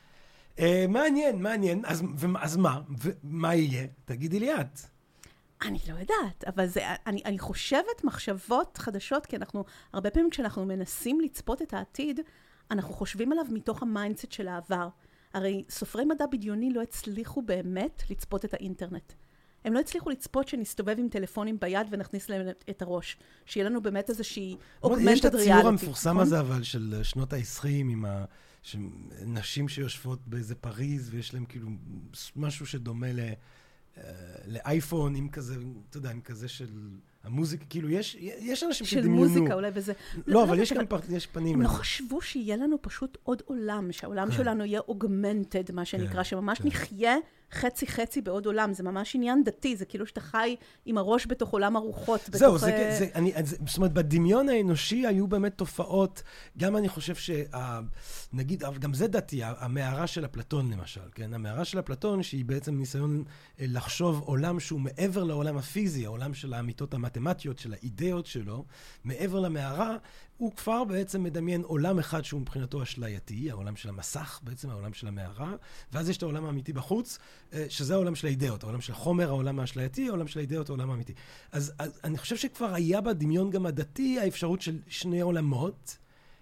מעניין. אז מה יהיה? תגידי לי את. אני לא יודעת, אבל אני חושבת מחשבות חדשות, כי הרבה פעמים כשאנחנו מנסים לצפות את העתיד, אנחנו חושבים עליו מתוך המיינדסט של העבר. הרי סופרי מדע בדיוני לא הצליחו באמת לצפות את האינטרנט. הם לא הצליחו לצפות שנסתובב עם טלפונים ביד ונכניס להם את הראש. שיהיה לנו באמת איזושהי augmented reality. יש את הציור המפורסם הזה, אבל של שנות ה-20, עם נשים שיושבות באיזה פריז, ויש להם כאילו משהו שדומה לאייפון, עם כזה, אתה יודע, עם כזה של המוזיקה, כאילו יש אנשים שדמיינו. של מוזיקה אולי וזה. לא, אבל יש פנים. הם לא חשבו שיהיה לנו פשוט עוד עולם, שהעולם שלנו יהיה augmented, מה שנקרא, שממש נחיה חצי בעוד עולם. זה ממש עניין דתי, זה כאילו שאתה חי עם הראש בתוך עולם הרוחות. זהו, זאת אומרת, בדמיון האנושי היו באמת תופעות, גם אני חושב נגיד, גם זה דתי, המערה של אפלטון למשל, כן? המערה של אפלטון, שהיא בעצם ניסיון לחשוב עולם שהוא מעבר לעולם הפיזי, העולם של האמיתות המתמטיות, של האידאות שלו, מעבר למערה, הוא כבר בעצם מדמיין עולם אחד שהוא מבחינתו אשלייתי, העולם של המסך, בעצם העולם של המערה, ואז יש את העולם האמיתי בחוץ, שזה העולם של האידאות, העולם של החומר, העולם האשלייתי, העולם של האידאות, העולם האמיתי. אז אני חושב שכבר היה בדמיון גם הדתי האפשרות של שני עולמות.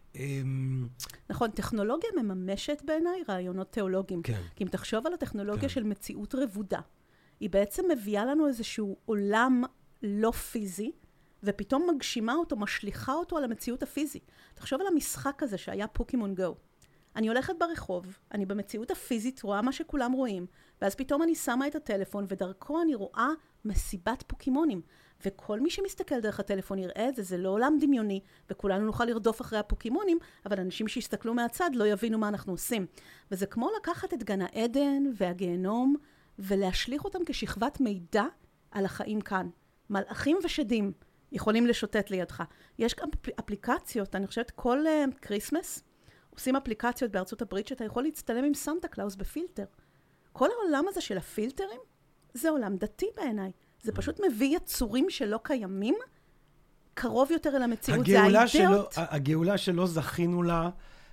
נכון, טכנולוגיה מממשת בעיניי רעיונות תיאולוגיים. כן. כי אם תחשוב על הטכנולוגיה של מציאות רבודה, היא בעצם מביאה לנו איזשהו עולם לא פיזי, ופתאום מגשימה אותו, משליחה אותו על המציאות הפיזית. תחשוב על המשחק הזה שהיה פוקימון גו. אני הולכת ברחוב, אני במציאות הפיזית רואה מה שכולם רואים, ואז פתאום אני שמה את הטלפון, ודרכו אני רואה מסיבת פוקימונים. וכל מי שמסתכל דרך הטלפון יראה את זה, זה לא עולם דמיוני, וכולנו נוכל לרדוף אחרי הפוקימונים, אבל אנשים שיסתכלו מהצד לא יבינו מה אנחנו עושים. וזה כמו לקחת את גן העדן והגיהנום, ולהשליך אותם כשכבת מידע על החיים כאן. מלאכים ושדים יכולים לשוטט לידך. יש גם אפליקציות, אני חושבת כל קריסמס, עושים אפליקציות בארצות הברית שאתה יכול להצטלם עם סנטה קלאוס בפילטר. כל העולם הזה של הפילטרים, זה עולם דתי בעיניי. זה פשוט מביא יצורים שלא קיימים, קרוב יותר אל המציאות. זה האידאות. הגאולה שלא זכינו לה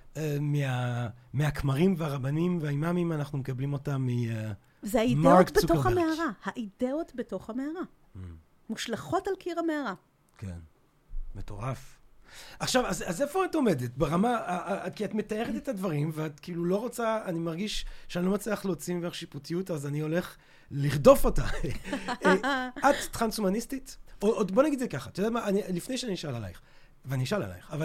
מהכמרים והרבנים והאימאמים, אנחנו מקבלים אותה זה האידאות בתוך המערה. האידאות בתוך המערה. מושלכות על קיר המערה. כן, מטורף. עכשיו, אז איפה את עומדת? ברמה, כי את מתארת את הדברים, ואת כאילו לא רוצה, אני מרגיש שאני לא מצליח להוציא ממך שיפוטיות, אז אני הולך לרדוף אותה. את טרנסהומניסטית? או בוא נגיד זה ככה, אתה יודע מה, לפני שאני אשאל עלייך, ואני אשאל עלייך, אבל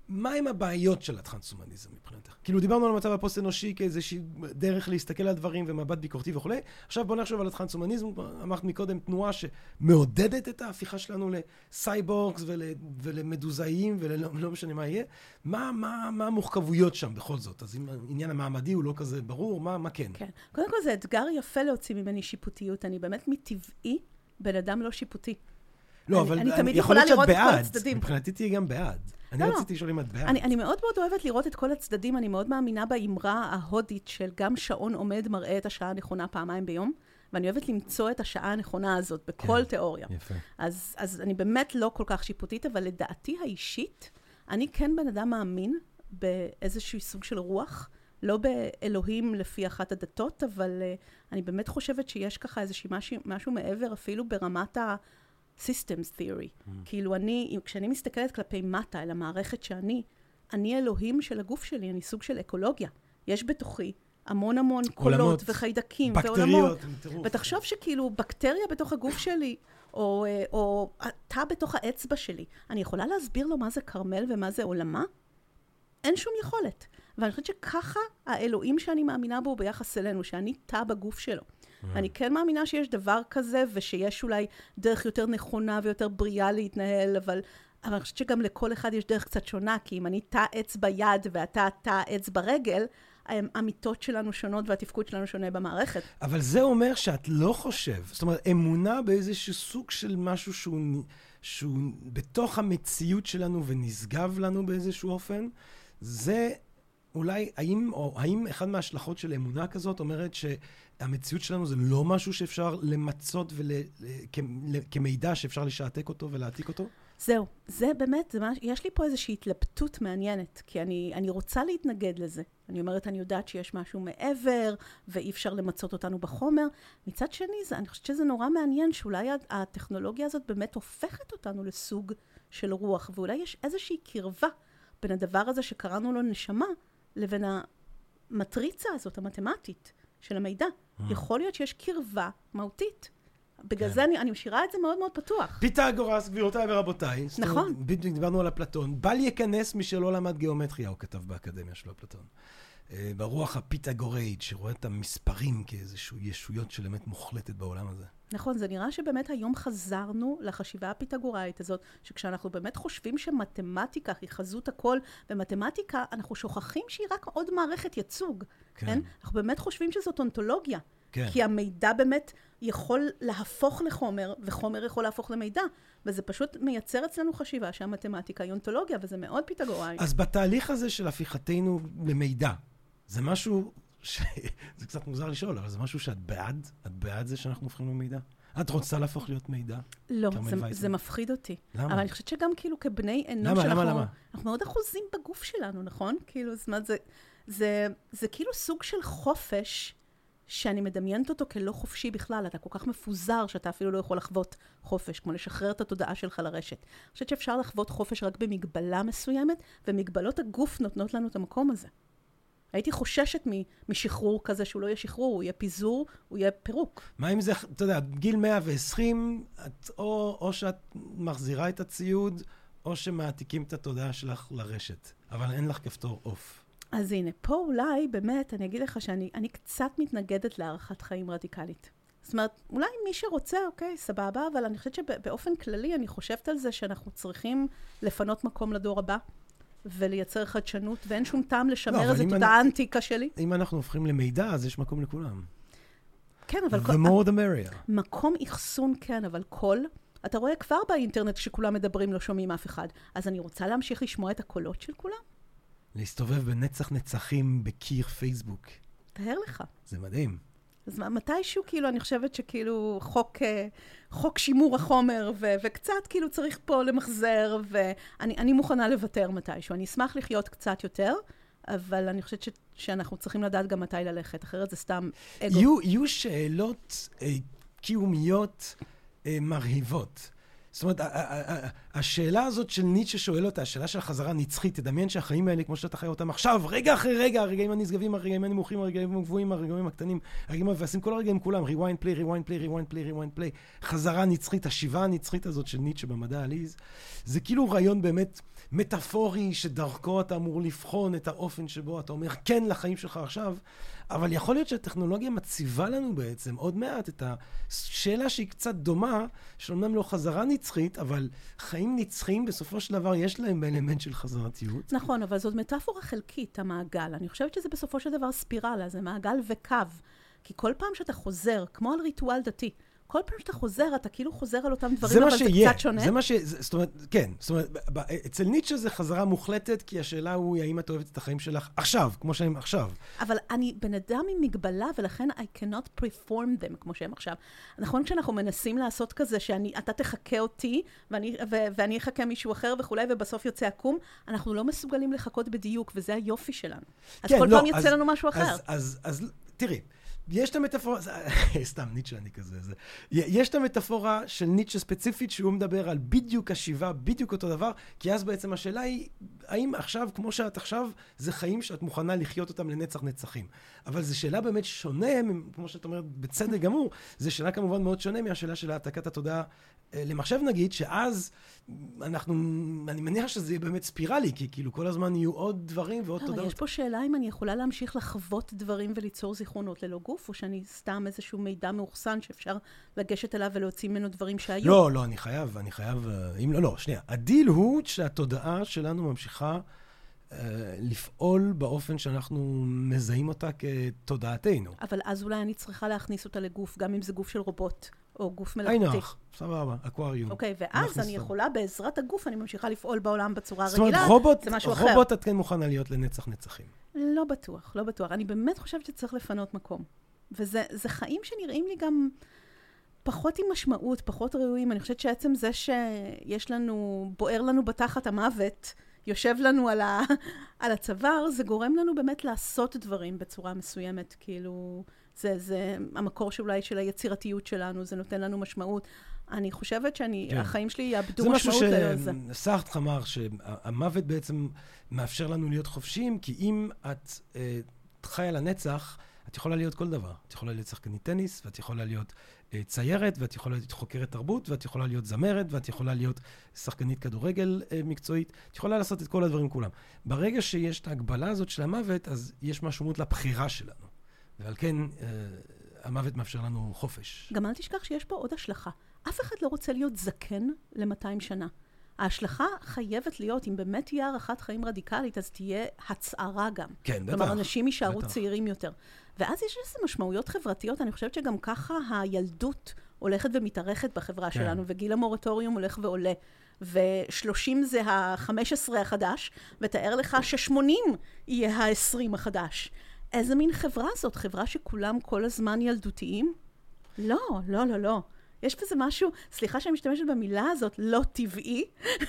מה הם הבעיות של הטרנסהומניזם מבחינתך? כאילו דיברנו על המצב הפוסט-אנושי כאיזושהי דרך להסתכל על דברים ומבט ביקורתי וכו'. עכשיו בוא נחשוב על הטרנסהומניזם, אמרת מקודם תנועה שמעודדת את ההפיכה שלנו לסייבורגס ולמדוזאיים ולא משנה מה יהיה. מה המורכבויות שם בכל זאת? אז אם העניין המעמדי הוא לא כזה ברור, מה כן? כן. קודם כל זה אתגר יפה להוציא ממני שיפוטיות. אני באמת מטבעי בן אדם לא שיפוטי. לא, אבל אני תמיד יכול יכולה להיות שאת לראות את כל בעד. הצדדים. מבחינתי תהיה גם בעד. אני רציתי לשאול אם את בעד. אני מאוד מאוד אוהבת לראות את כל הצדדים. אני מאוד מאמינה באמרה ההודית של גם שעון עומד מראה את השעה הנכונה פעמיים ביום, ואני אוהבת למצוא את השעה הנכונה הזאת בכל תיאוריה. יפה. אז אני באמת לא כל כך שיפוטית, אבל לדעתי האישית, אני כן בן אדם מאמין באיזשהו סוג של רוח, לא באלוהים לפי אחת הדתות, אבל אני באמת חושבת שיש ככה איזשהו משהו מעבר, אפילו ברמת ה-systems theory. כאילו כשאני מסתכלת כלפי מטה, אל המערכת אני אלוהים של הגוף שלי, אני סוג של אקולוגיה. יש בתוכי המון קולות וחיידקים ועולמות. ותחשוב שכאילו בקטריה בתוך הגוף שלי, או תא בתוך האצבע שלי, אני יכולה להסביר לו מה זה קרמל ומה זה עולמה? אין שום יכולת. ואני חושבת שככה האלוהים שאני מאמינה בו ביחס אלינו, שאני תא בגוף שלו. אני כן מאמינה שיש דבר כזה, ושיש אולי דרך יותר נכונה ויותר בריאה להתנהל, אבל אני חושבת שגם לכל אחד יש דרך קצת שונה, כי אם אני תא עץ ביד ואתה תא עץ ברגל, המיטות שלנו שונות והתפקוד שלנו שונה במערכת. אבל זה אומר שאת לא חושב, זאת אומרת, אמונה באיזשהו סוג של משהו שהוא בתוך המציאות שלנו ונשגב לנו באיזשהו אופן, זה אולי, האם אחד מההשלכות של אמונה כזאת אומרת שהמציאות שלנו זה לא משהו שאפשר למצות כמידע שאפשר לשעתק אותו ולהעתיק אותו? זהו, זה באמת, יש לי פה איזושהי התלבטות מעניינת, כי אני רוצה להתנגד לזה. אני אומרת, אני יודעת שיש משהו מעבר, ואי אפשר למצות אותנו בחומר. מצד שני, אני חושבת שזה נורא מעניין, שאולי הטכנולוגיה הזאת באמת הופכת אותנו לסוג של רוח, ואולי יש איזושהי קרבה בין הדבר הזה שקראנו לו נשמה, לבין המטריצה הזאת, המתמטית, של המידע. יכול להיות שיש קרבה מהותית. בגלל זה אני משאירה את זה מאוד מאוד פתוח. פיתגורס, גבירותיי ורבותיי. נכון. בדיוק דיברנו על אפלטון. בל ייכנס מי שלא למד גיאומטריה, הוא כתב באקדמיה שלו, אפלטון. ברוח הפיתגוראית, שרואה את המספרים כאיזשהו ישויות של אמת מוחלטת בעולם הזה. נכון, זה נראה שבאמת היום חזרנו לחשיבה הפיתגוראית הזאת, שכשאנחנו באמת חושבים שמתמטיקה היא חזות הכל, ומתמטיקה אנחנו שוכחים שהיא רק עוד מערכת ייצוג. כן? אנחנו באמת חושבים שזאת אונתולוגיה. כן. כי המידע באמת יכול להפוך לחומר, וחומר יכול להפוך למידע. וזה פשוט מייצר אצלנו חשיבה שהמתמטיקה היא אונתולוגיה, וזה מאוד פיתגוראי. אז בתהליך הזה של הפיכתנו למידע, זה משהו זה קצת מוזר לשאול, אבל זה משהו שאת בעד? את בעד זה שאנחנו הופכים למידע? את רוצה להפוך להיות מידע? לא, זה מפחיד אותי. למה? אבל אני חושבת שגם כאילו כבני אנוש, למה? אנחנו מאוד אחוזים בגוף שלנו, נכון? כאילו, זה כאילו סוג של חופש, שאני מדמיינת אותו כלא חופשי בכלל. אתה כל כך מפוזר שאתה אפילו לא יכול לחוות חופש, כמו לשחרר את התודעה שלך לרשת. אני חושבת שאפשר לחוות חופש רק במגבלה מסוימת, ומגבלות הגוף נותנות לנו את המקום הזה. הייתי חוששת משחרור כזה, שהוא לא יהיה שחרור, הוא יהיה פיזור, הוא יהיה פירוק. מה אם זה, אתה יודע, גיל 120, או שאת מחזירה את הציוד, או שמעתיקים את התודעה שלך לרשת. אבל אין לך כפתור אוף. אז הנה, פה אולי באמת, אני אגיד לך שאני קצת מתנגדת להערכת חיים רדיקלית. זאת אומרת, אולי מי שרוצה, אוקיי, סבבה, אבל אני חושבת שבאופן כללי אני חושבת על זה שאנחנו צריכים לפנות מקום לדור הבא, ולייצר חדשנות, ואין שום טעם לשמר איזה תודעה אנטיקה שלי. אם אנחנו הופכים למידע, אז יש מקום לכולם. כן, אבל... The more the merrier. מקום אחסון, כן, אבל קול, אתה רואה כבר באינטרנט שכולם מדברים, לא שומעים אף אחד. אז אני רוצה להמשיך לשמוע את הקולות של כולם. להסתובב בנצח נצחים בקיר פייסבוק. תאר לך. זה מדהים. אז מתישהו, כאילו, אני חושבת שכאילו חוק שימור החומר, וקצת כאילו צריך פה למחזר, ואני מוכנה לוותר מתישהו. אני אשמח לחיות קצת יותר, אבל אני חושבת שאנחנו צריכים לדעת גם מתי ללכת, אחרת זה סתם אגו. יהיו שאלות קיומיות מרהיבות. זאת אומרת, השאלה הזאת של ניטשה שואל אותה, השאלה של החזרה נצחית, תדמיין שהחיים האלה, כמו שאתה חי אותם עכשיו, רגע אחרי רגע, הרגעים הנשגבים, הרגעים הנמוכים, הרגעים הגבוהים, הרגעים הקטנים, הרגעים המבאסים, כל הרגעים כולם, rewind play, rewind play, rewind play, rewind play, חזרה נצחית, השיבה הנצחית הזאת של ניטשה במדע העליז, זה כאילו רעיון באמת מטאפורי, שדרכו אתה אמור לבחון את האופן שבו אתה אומר כן לחיים שלך עכשיו, אבל יכול להיות שהטכנולוגיה מציבה לנו בעצם עוד מעט את השאלה שהיא קצת דומה, שאומנם לא חזרה נצחית, אבל חיים נצחיים בסופו של דבר יש להם באלמנט של חזרתיות. נכון, אבל זאת מטאפורה חלקית, המעגל. אני חושבת שזה בסופו של דבר ספירלה, זה מעגל וקו. כי כל פעם שאתה חוזר, כמו על ריטואל דתי, כל פעם שאתה חוזר, אתה כאילו חוזר על אותם דברים, אבל זה קצת שונה. זה מה שיהיה, זאת אומרת, כן. זאת אומרת, אצל ניטשה זה חזרה מוחלטת, כי השאלה הוא, האם את אוהבת את החיים שלך עכשיו, כמו שהם עכשיו. אבל אני בן אדם עם מגבלה, ולכן I cannot perform them, כמו שהם עכשיו. נכון, כשאנחנו מנסים לעשות כזה, שאתה תחכה אותי, ואני אחכה מישהו אחר וכולי, ובסוף יוצא עקום, אנחנו לא מסוגלים לחכות בדיוק, וזה היופי שלנו. אז כל פעם יוצא לנו משהו אחר. אז תראי, יש את המטאפורה, סתם ניטשה אני כזה, יש את המטאפורה של ניטשה ספציפית שהוא מדבר על בדיוק השיבה, בדיוק אותו דבר, כי אז בעצם השאלה היא, האם עכשיו, כמו שאת עכשיו, זה חיים שאת מוכנה לחיות אותם לנצח נצחים. אבל זו שאלה באמת שונה, כמו שאת אומרת, בצדק גמור, זו שאלה כמובן מאוד שונה מהשאלה של העתקת התודעה למחשב נגיד, שאז אני מניח שזה יהיה באמת ספירלי, כי כאילו כל הזמן יהיו עוד דברים ועוד תודעות. יש פה שאלה אם אני יכולה להמשיך לחוות דברים וליצור זיכרונות ללא גוף, או שאני סתם איזשהו מידע מאוחסן שאפשר לגשת אליו ולהוציא ממנו דברים שהיו. לא, אני חייב, אם לא, שנייה. הדיל הוא שהתודעה שלנו ממשיכה לפעול באופן שאנחנו מזהים אותה כתודעתנו. אבל אז אולי אני צריכה להכניס אותה לגוף, גם אם זה גוף של רובוט. או גוף מלאכותי. נוח, סבבה, אקווריום. אוקיי, ואז אני יכולה בעזרת הגוף, אני ממשיכה לפעול בעולם בצורה רגילה, זה משהו אחר. רובוט את כן מוכנה להיות לנצח נצחים. לא בטוח. אני באמת חושבת שצריך לפנות מקום. וזה חיים שנראים לי גם פחות עם משמעות, פחות ראויים. אני חושבת שעצם זה שיש לנו, בוער לנו בתחת המוות, יושב לנו על הצוואר, זה גורם לנו באמת לעשות דברים בצורה מסוימת, כאילו זה המקור שאולי של היצירתיות שלנו, זה נותן לנו משמעות. אני חושבת שהחיים שלי יאבדו משמעות לזה. זה משהו שסארטר אמר, שהמוות בעצם מאפשר לנו להיות חופשיים, כי אם את חיה לנצח, את יכולה להיות כל דבר. את יכולה להיות שחקנית טניס, ואת יכולה להיות ציירת, ואת יכולה להיות חוקרת תרבות, ואת יכולה להיות זמרת, ואת יכולה להיות שחקנית כדורגל מקצועית. את יכולה לעשות את כל הדברים כולם. ברגע שיש את ההגבלה הזאת של המוות, אז יש משמעות לבחירה שלנו. ועל כן, המוות מאפשר לנו חופש. גם אל תשכח שיש פה עוד השלכה. אף אחד לא רוצה להיות זקן ל-200 שנה. ההשלכה חייבת להיות, אם באמת תהיה הערכת חיים רדיקלית, אז תהיה הצערה גם. כן, בטח. כלומר, אנשים יישארו צעירים יותר. ואז יש איזה משמעויות חברתיות, אני חושבת שגם ככה הילדות הולכת ומתארכת בחברה שלנו, וגיל המורטוריום הולך ועולה. ו-30 זה ה-15 החדש, ותאר לך ש-80 יהיה ה-20 החדש. איזה מין חברה זאת? חברה שכולם כל הזמן ילדותיים? לא, לא, לא, לא. יש בזה משהו, סליחה שאני משתמשת במילה הזאת, לא טבעי.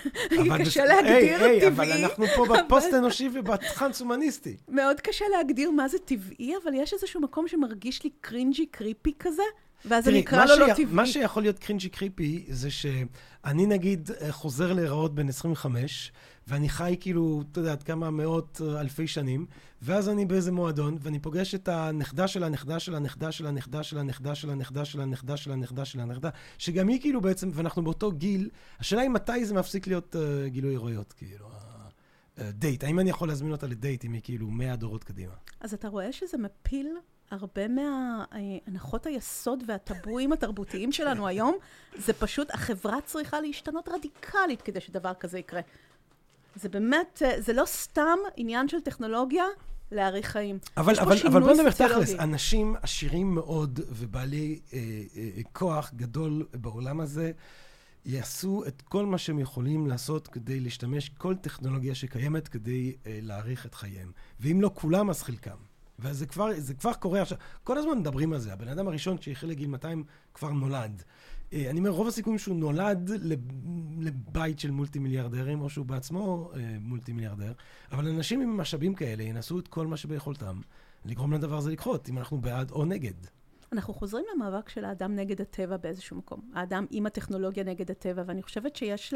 קשה להגדיר טבעי. אבל אנחנו פה בפוסט אנושי ובטרנס-הומניסטי. מאוד קשה להגדיר מה זה טבעי, אבל יש איזשהו מקום שמרגיש לי קרינג'י קריפי כזה, ואז אני אקרא לו לא טבעי. מה שיכול להיות קרינג'י קריפי, זה שאני נגיד חוזר להיראות בין 25, ואני חי כאילו, אתה יודע, כמה מאות אלפי שנים, ואז אני באיזה מועדון, ואני פוגש את הנכדה של הנכדה של הנכדה של הנכדה של הנכדה של הנכדה של הנכדה של הנכדה של הנכדה, שגם היא כאילו בעצם, ואנחנו באותו גיל, השאלה היא מתי זה מפסיק להיות גילוי עריות, כאילו, דייט. האם אני יכול להזמין אותה לדייט אם היא כאילו 100 דורות קדימה? אז אתה רואה שזה מפיל הרבה מההנחות היסוד והטבואים התרבותיים שלנו היום, זה פשוט, החברה צריכה להשתנות רדיקלית כדי שדבר כזה יקרה. זה באמת, זה לא סתם עניין של טכנולוגיה להאריך חיים. אבל בוא נדבר תכלס, אנשים עשירים מאוד ובעלי כוח גדול בעולם הזה, יעשו את כל מה שהם יכולים לעשות כדי להשתמש כל טכנולוגיה שקיימת כדי להאריך את חייהם. ואם לא כולם, אז חלקם. וזה כבר קורה עכשיו. כל הזמן מדברים על זה. הבן אדם הראשון שהחל לגיל 200 כבר נולד. אני אומר, רוב הסיכויים שהוא נולד לבית של מולטי מיליארדרים, או שהוא בעצמו מולטי מיליארדר, אבל אנשים עם משאבים כאלה ינסו את כל מה שביכולתם לגרום לדבר הזה לקחות, אם אנחנו בעד או נגד. אנחנו חוזרים למאבק של האדם נגד הטבע באיזשהו מקום. האדם עם הטכנולוגיה נגד הטבע, ואני חושבת שיש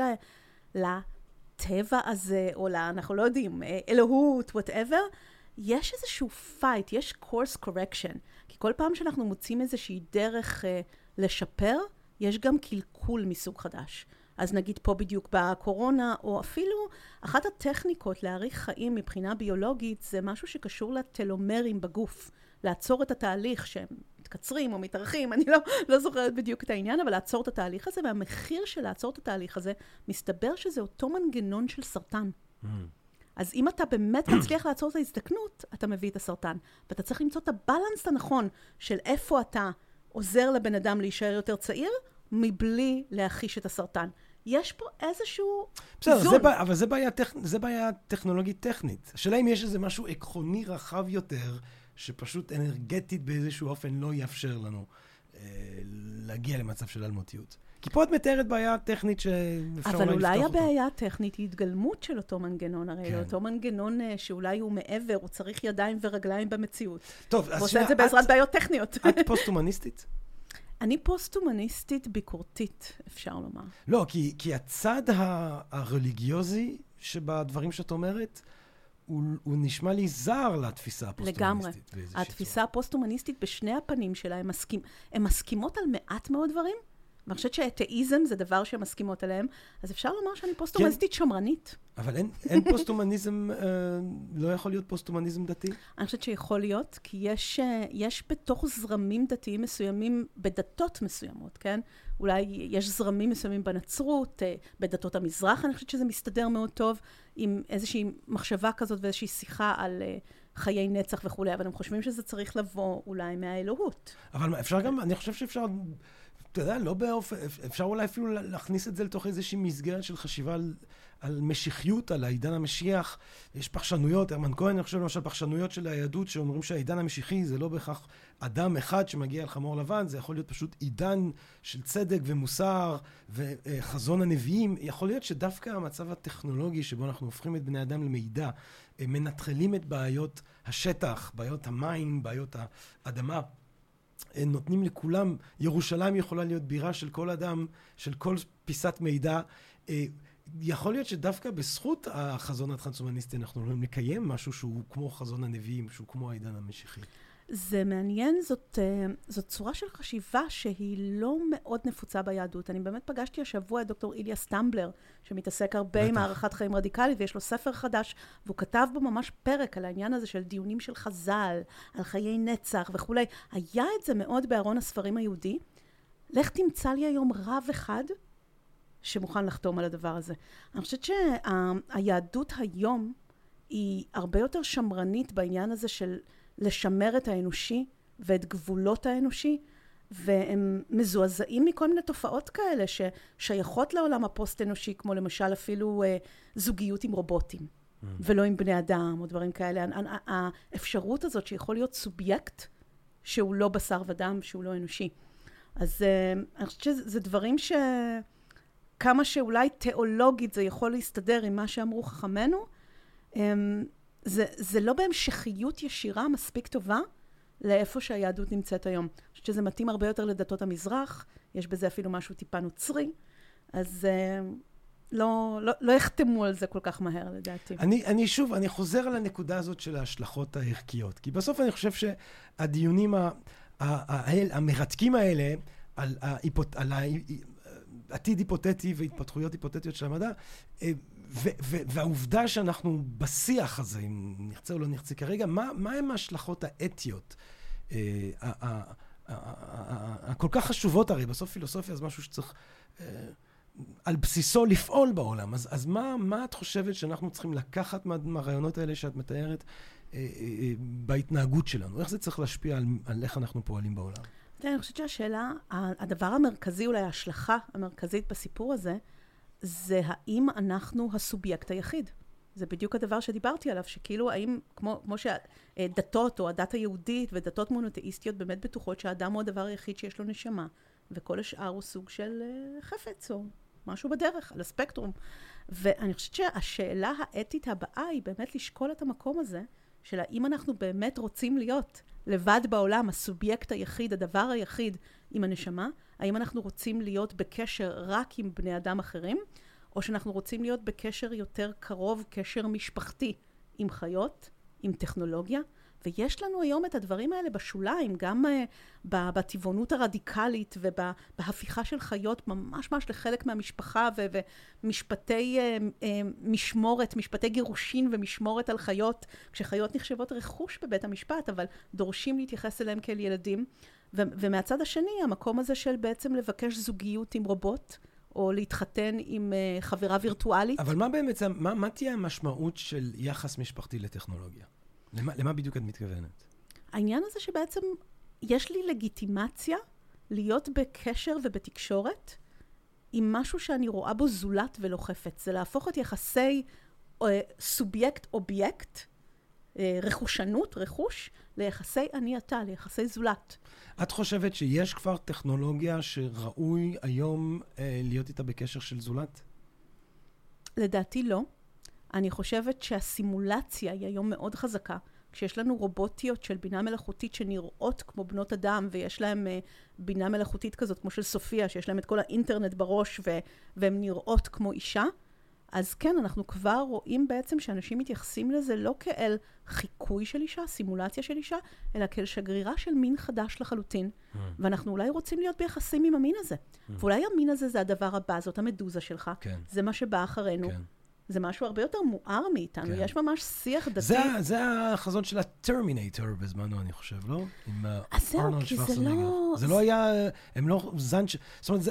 לטבע הזה, או אנחנו לא יודעים, אלוהות, whatever, יש איזשהו fight, יש course correction. כי כל פעם שאנחנו מוצאים איזושהי דרך לשפר, יש גם קלקול מסוג חדש. אז נגיד פה בדיוק בקורונה, או אפילו אחת הטכניקות להאריך חיים מבחינה ביולוגית, זה משהו שקשור לטלומרים בגוף. לעצור את התהליך שהם מתקצרים או מתארחים, אני לא זוכרת בדיוק את העניין, אבל לעצור את התהליך הזה, והמחיר של לעצור את התהליך הזה, מסתבר שזה אותו מנגנון של סרטן. אז אם אתה באמת מצליח לעצור את ההזדקנות, אתה מביא את הסרטן. ואתה צריך למצוא את הבלנס הנכון של איפה אתה עוזר לבן אדם להישאר יותר צעיר, מבלי להחיש את הסרטן. יש פה איזשהו איזון. בסדר, אבל זה בעיה טכנולוגית טכנית. השאלה אם יש איזה משהו עקרוני רחב יותר, שפשוט אנרגטית באיזשהו אופן לא יאפשר לנו להגיע למצב של אלמותיות. כי פה את מתארת בעיה טכנית שאפשר אולי לפתוח אותה. אבל אולי הבעיה הטכנית היא התגלמות של אותו מנגנון, הרי אותו מנגנון שאולי הוא מעבר, הוא צריך ידיים ורגליים במציאות. טוב, אז ועושה את זה בעזרת בעיות טכניות. את פוסט-הומניסטית? אני פוסט-הומניסטית ביקורתית, אפשר לומר. לא, כי הצד הרליגיוזי שבדברים שאת אומרת, הוא נשמע לי זר לתפיסה הפוסט-הומניסטית. לגמרי. התפיסה הפוסט-הומניסטית בשני הפנים שלה, הן מסכימות על מעט מאוד דברים, ואני חושבת שאתאיזם זה דבר שהן מסכימות עליהם, אז אפשר לומר שאני פוסט-הומניסטית שמרנית. אבל אין פוסט-הומניזם, לא יכול להיות פוסט-הומניזם דתי? אני חושבת שיכול להיות, כי יש בתוך זרמים דתיים מסוימים, בדתות מסוימות, כן? אולי יש זרמים מסוימים בנצרות, בדתות המזרח, אני חושבת שזה מסתדר מאוד טוב, עם איזושהי מחשבה כזאת ואיזושהי שיחה על חיי נצח וכו', אבל הם חושבים שזה צריך לבוא אולי מהאלוהות. אבל אפשר גם, אני חושב שאפשר, אתה יודע, לא באופן, אפשר אולי אפילו להכניס את זה לתוך איזושהי מסגרת של חשיבה על משיחיות, על העידן המשיח. יש פרשנויות, הרמן כהן, אני חושב למשל פרשנויות של היהדות שאומרים שהעידן המשיחי זה לא בהכרח אדם אחד שמגיע אל חמור לבן, זה יכול להיות פשוט עידן של צדק ומוסר וחזון הנביאים. יכול להיות שדווקא המצב הטכנולוגי שבו אנחנו הופכים את בני אדם למידע, מנטרלים את בעיות השטח, בעיות המים, בעיות האדמה, נותנים לכולם, ירושלים יכולה להיות בירה של כל אדם, של כל פיסת מידע. יכול להיות שדווקא בזכות החזון הטרנסהומניסטי אנחנו יכולים לקיים משהו שהוא כמו חזון הנביאים, שהוא כמו העידן המשיחי. זה מעניין, זאת צורה של חשיבה שהיא לא מאוד נפוצה ביהדות. אני באמת פגשתי השבוע את דוקטור איליה סטמבלר, שמתעסק הרבה עם הערכת חיים רדיקלית, ויש לו ספר חדש, והוא כתב בו ממש פרק על העניין הזה של דיונים של חז"ל, על חיי נצח וכו'. היה את זה מאוד בארון הספרים היהודי. לך תמצא לי היום רב אחד שמוכן לחתום על הדבר הזה. אני חושבת שהיהדות היום היא הרבה יותר שמרנית בעניין הזה של לשמר את האנושי ואת גבולות האנושי, והם מזועזעים מכל מיני תופעות כאלה ששייכות לעולם הפוסט-אנושי, כמו למשל אפילו זוגיות עם רובוטים, ולא עם בני אדם או דברים כאלה. האפשרות הזאת שיכול להיות סובייקט שהוא לא בשר ודם, שהוא לא אנושי. אז אני חושבת שזה דברים כמה שאולי תיאולוגית זה יכול להסתדר עם מה שאמרו חכמינו, זה לא בהמשכיות ישירה מספיק טובה לאיפה שהיהדות נמצאת היום. אני חושבת שזה מתאים הרבה יותר לדתות המזרח, יש בזה אפילו משהו טיפה נוצרי, אז לא יחתמו על זה כל כך מהר לדעתי. אני חוזר על הנקודה הזאת של ההשלכות הערכיות, כי בסוף אני חושב שהדיונים המרתקים האלה על עתיד היפותטי והתפתחויות היפותטיות של המדע, והעובדה שאנחנו בשיח הזה, אם נרצה או לא נרצה כרגע, מה הם ההשלכות האתיות? הכל כך חשובות הרי, בסוף פילוסופיה זה משהו שצריך על בסיסו לפעול בעולם. אז מה את חושבת שאנחנו צריכים לקחת מהרעיונות האלה שאת מתארת בהתנהגות שלנו? איך זה צריך להשפיע על איך אנחנו פועלים בעולם? אני חושבת שהשאלה, הדבר המרכזי, אולי ההשלכה המרכזית בסיפור הזה, זה האם אנחנו הסובייקט היחיד. זה בדיוק הדבר שדיברתי עליו, שכאילו האם, כמו שדתות או הדת היהודית ודתות מונותאיסטיות באמת בטוחות שהאדם הוא הדבר היחיד שיש לו נשמה, וכל השאר הוא סוג של חפץ או משהו בדרך, על הספקטרום. ואני חושבת שהשאלה האתית הבאה היא באמת לשקול את המקום הזה, של האם אנחנו באמת רוצים להיות לבד בעולם, הסובייקט היחיד, הדבר היחיד עם הנשמה, האם אנחנו רוצים להיות בקשר רק עם בני אדם אחרים, או שאנחנו רוצים להיות בקשר יותר קרוב, קשר משפחתי עם חיות, עם טכנולוגיה, ויש לנו היום את הדברים האלה בשוליים, גם בטבעונות הרדיקלית ובהפיכה של חיות ממש לחלק מהמשפחה ומשפטי משמורת, משפטי גירושין ומשמורת על חיות, כשחיות נחשבות רכוש בבית המשפט, אבל דורשים להתייחס אליהם כאל ילדים. ומהצד השני, המקום הזה של בעצם לבקש זוגיות עם רובוט, או להתחתן עם חברה וירטואלית. אבל מה באמת, מה תהיה המשמעות של יחס משפחתי לטכנולוגיה? למה בדיוק את מתכוונת? העניין הזה שבעצם יש לי לגיטימציה להיות בקשר ובתקשורת עם משהו שאני רואה בו זולת ולא חפץ. זה להפוך את יחסי סובייקט-אובייקט, רכושנות, רכוש, ליחסי אני אתה, ליחסי זולת. את חושבת שיש כבר טכנולוגיה שראוי היום להיות איתה בקשר של זולת? לדעתי לא. אני חושבת שהסימולציה היא היום מאוד חזקה. כשיש לנו רובוטיות של בינה מלאכותית שנראות כמו בנות אדם, ויש להם בינה מלאכותית כזאת כמו של סופיה, שיש להם את כל האינטרנט בראש, והן נראות כמו אישה, אז כן, אנחנו כבר רואים בעצם שאנשים מתייחסים לזה לא כאל חיקוי של אישה, סימולציה של אישה, אלא כאל שגרירה של מין חדש לחלוטין. ואנחנו אולי רוצים להיות ביחסים עם המין הזה. ואולי המין הזה זה הדבר הבא, זאת המדוזה שלך. זה מה שבא אחרינו. זה משהו הרבה יותר מואר מאיתנו. יש ממש שיח דתי. זה החזון של הטרמינטור בזמנו, אני חושב, לא? עם ארנולד שוורצנגר. זה לא היה, הם לא זן זאת אומרת,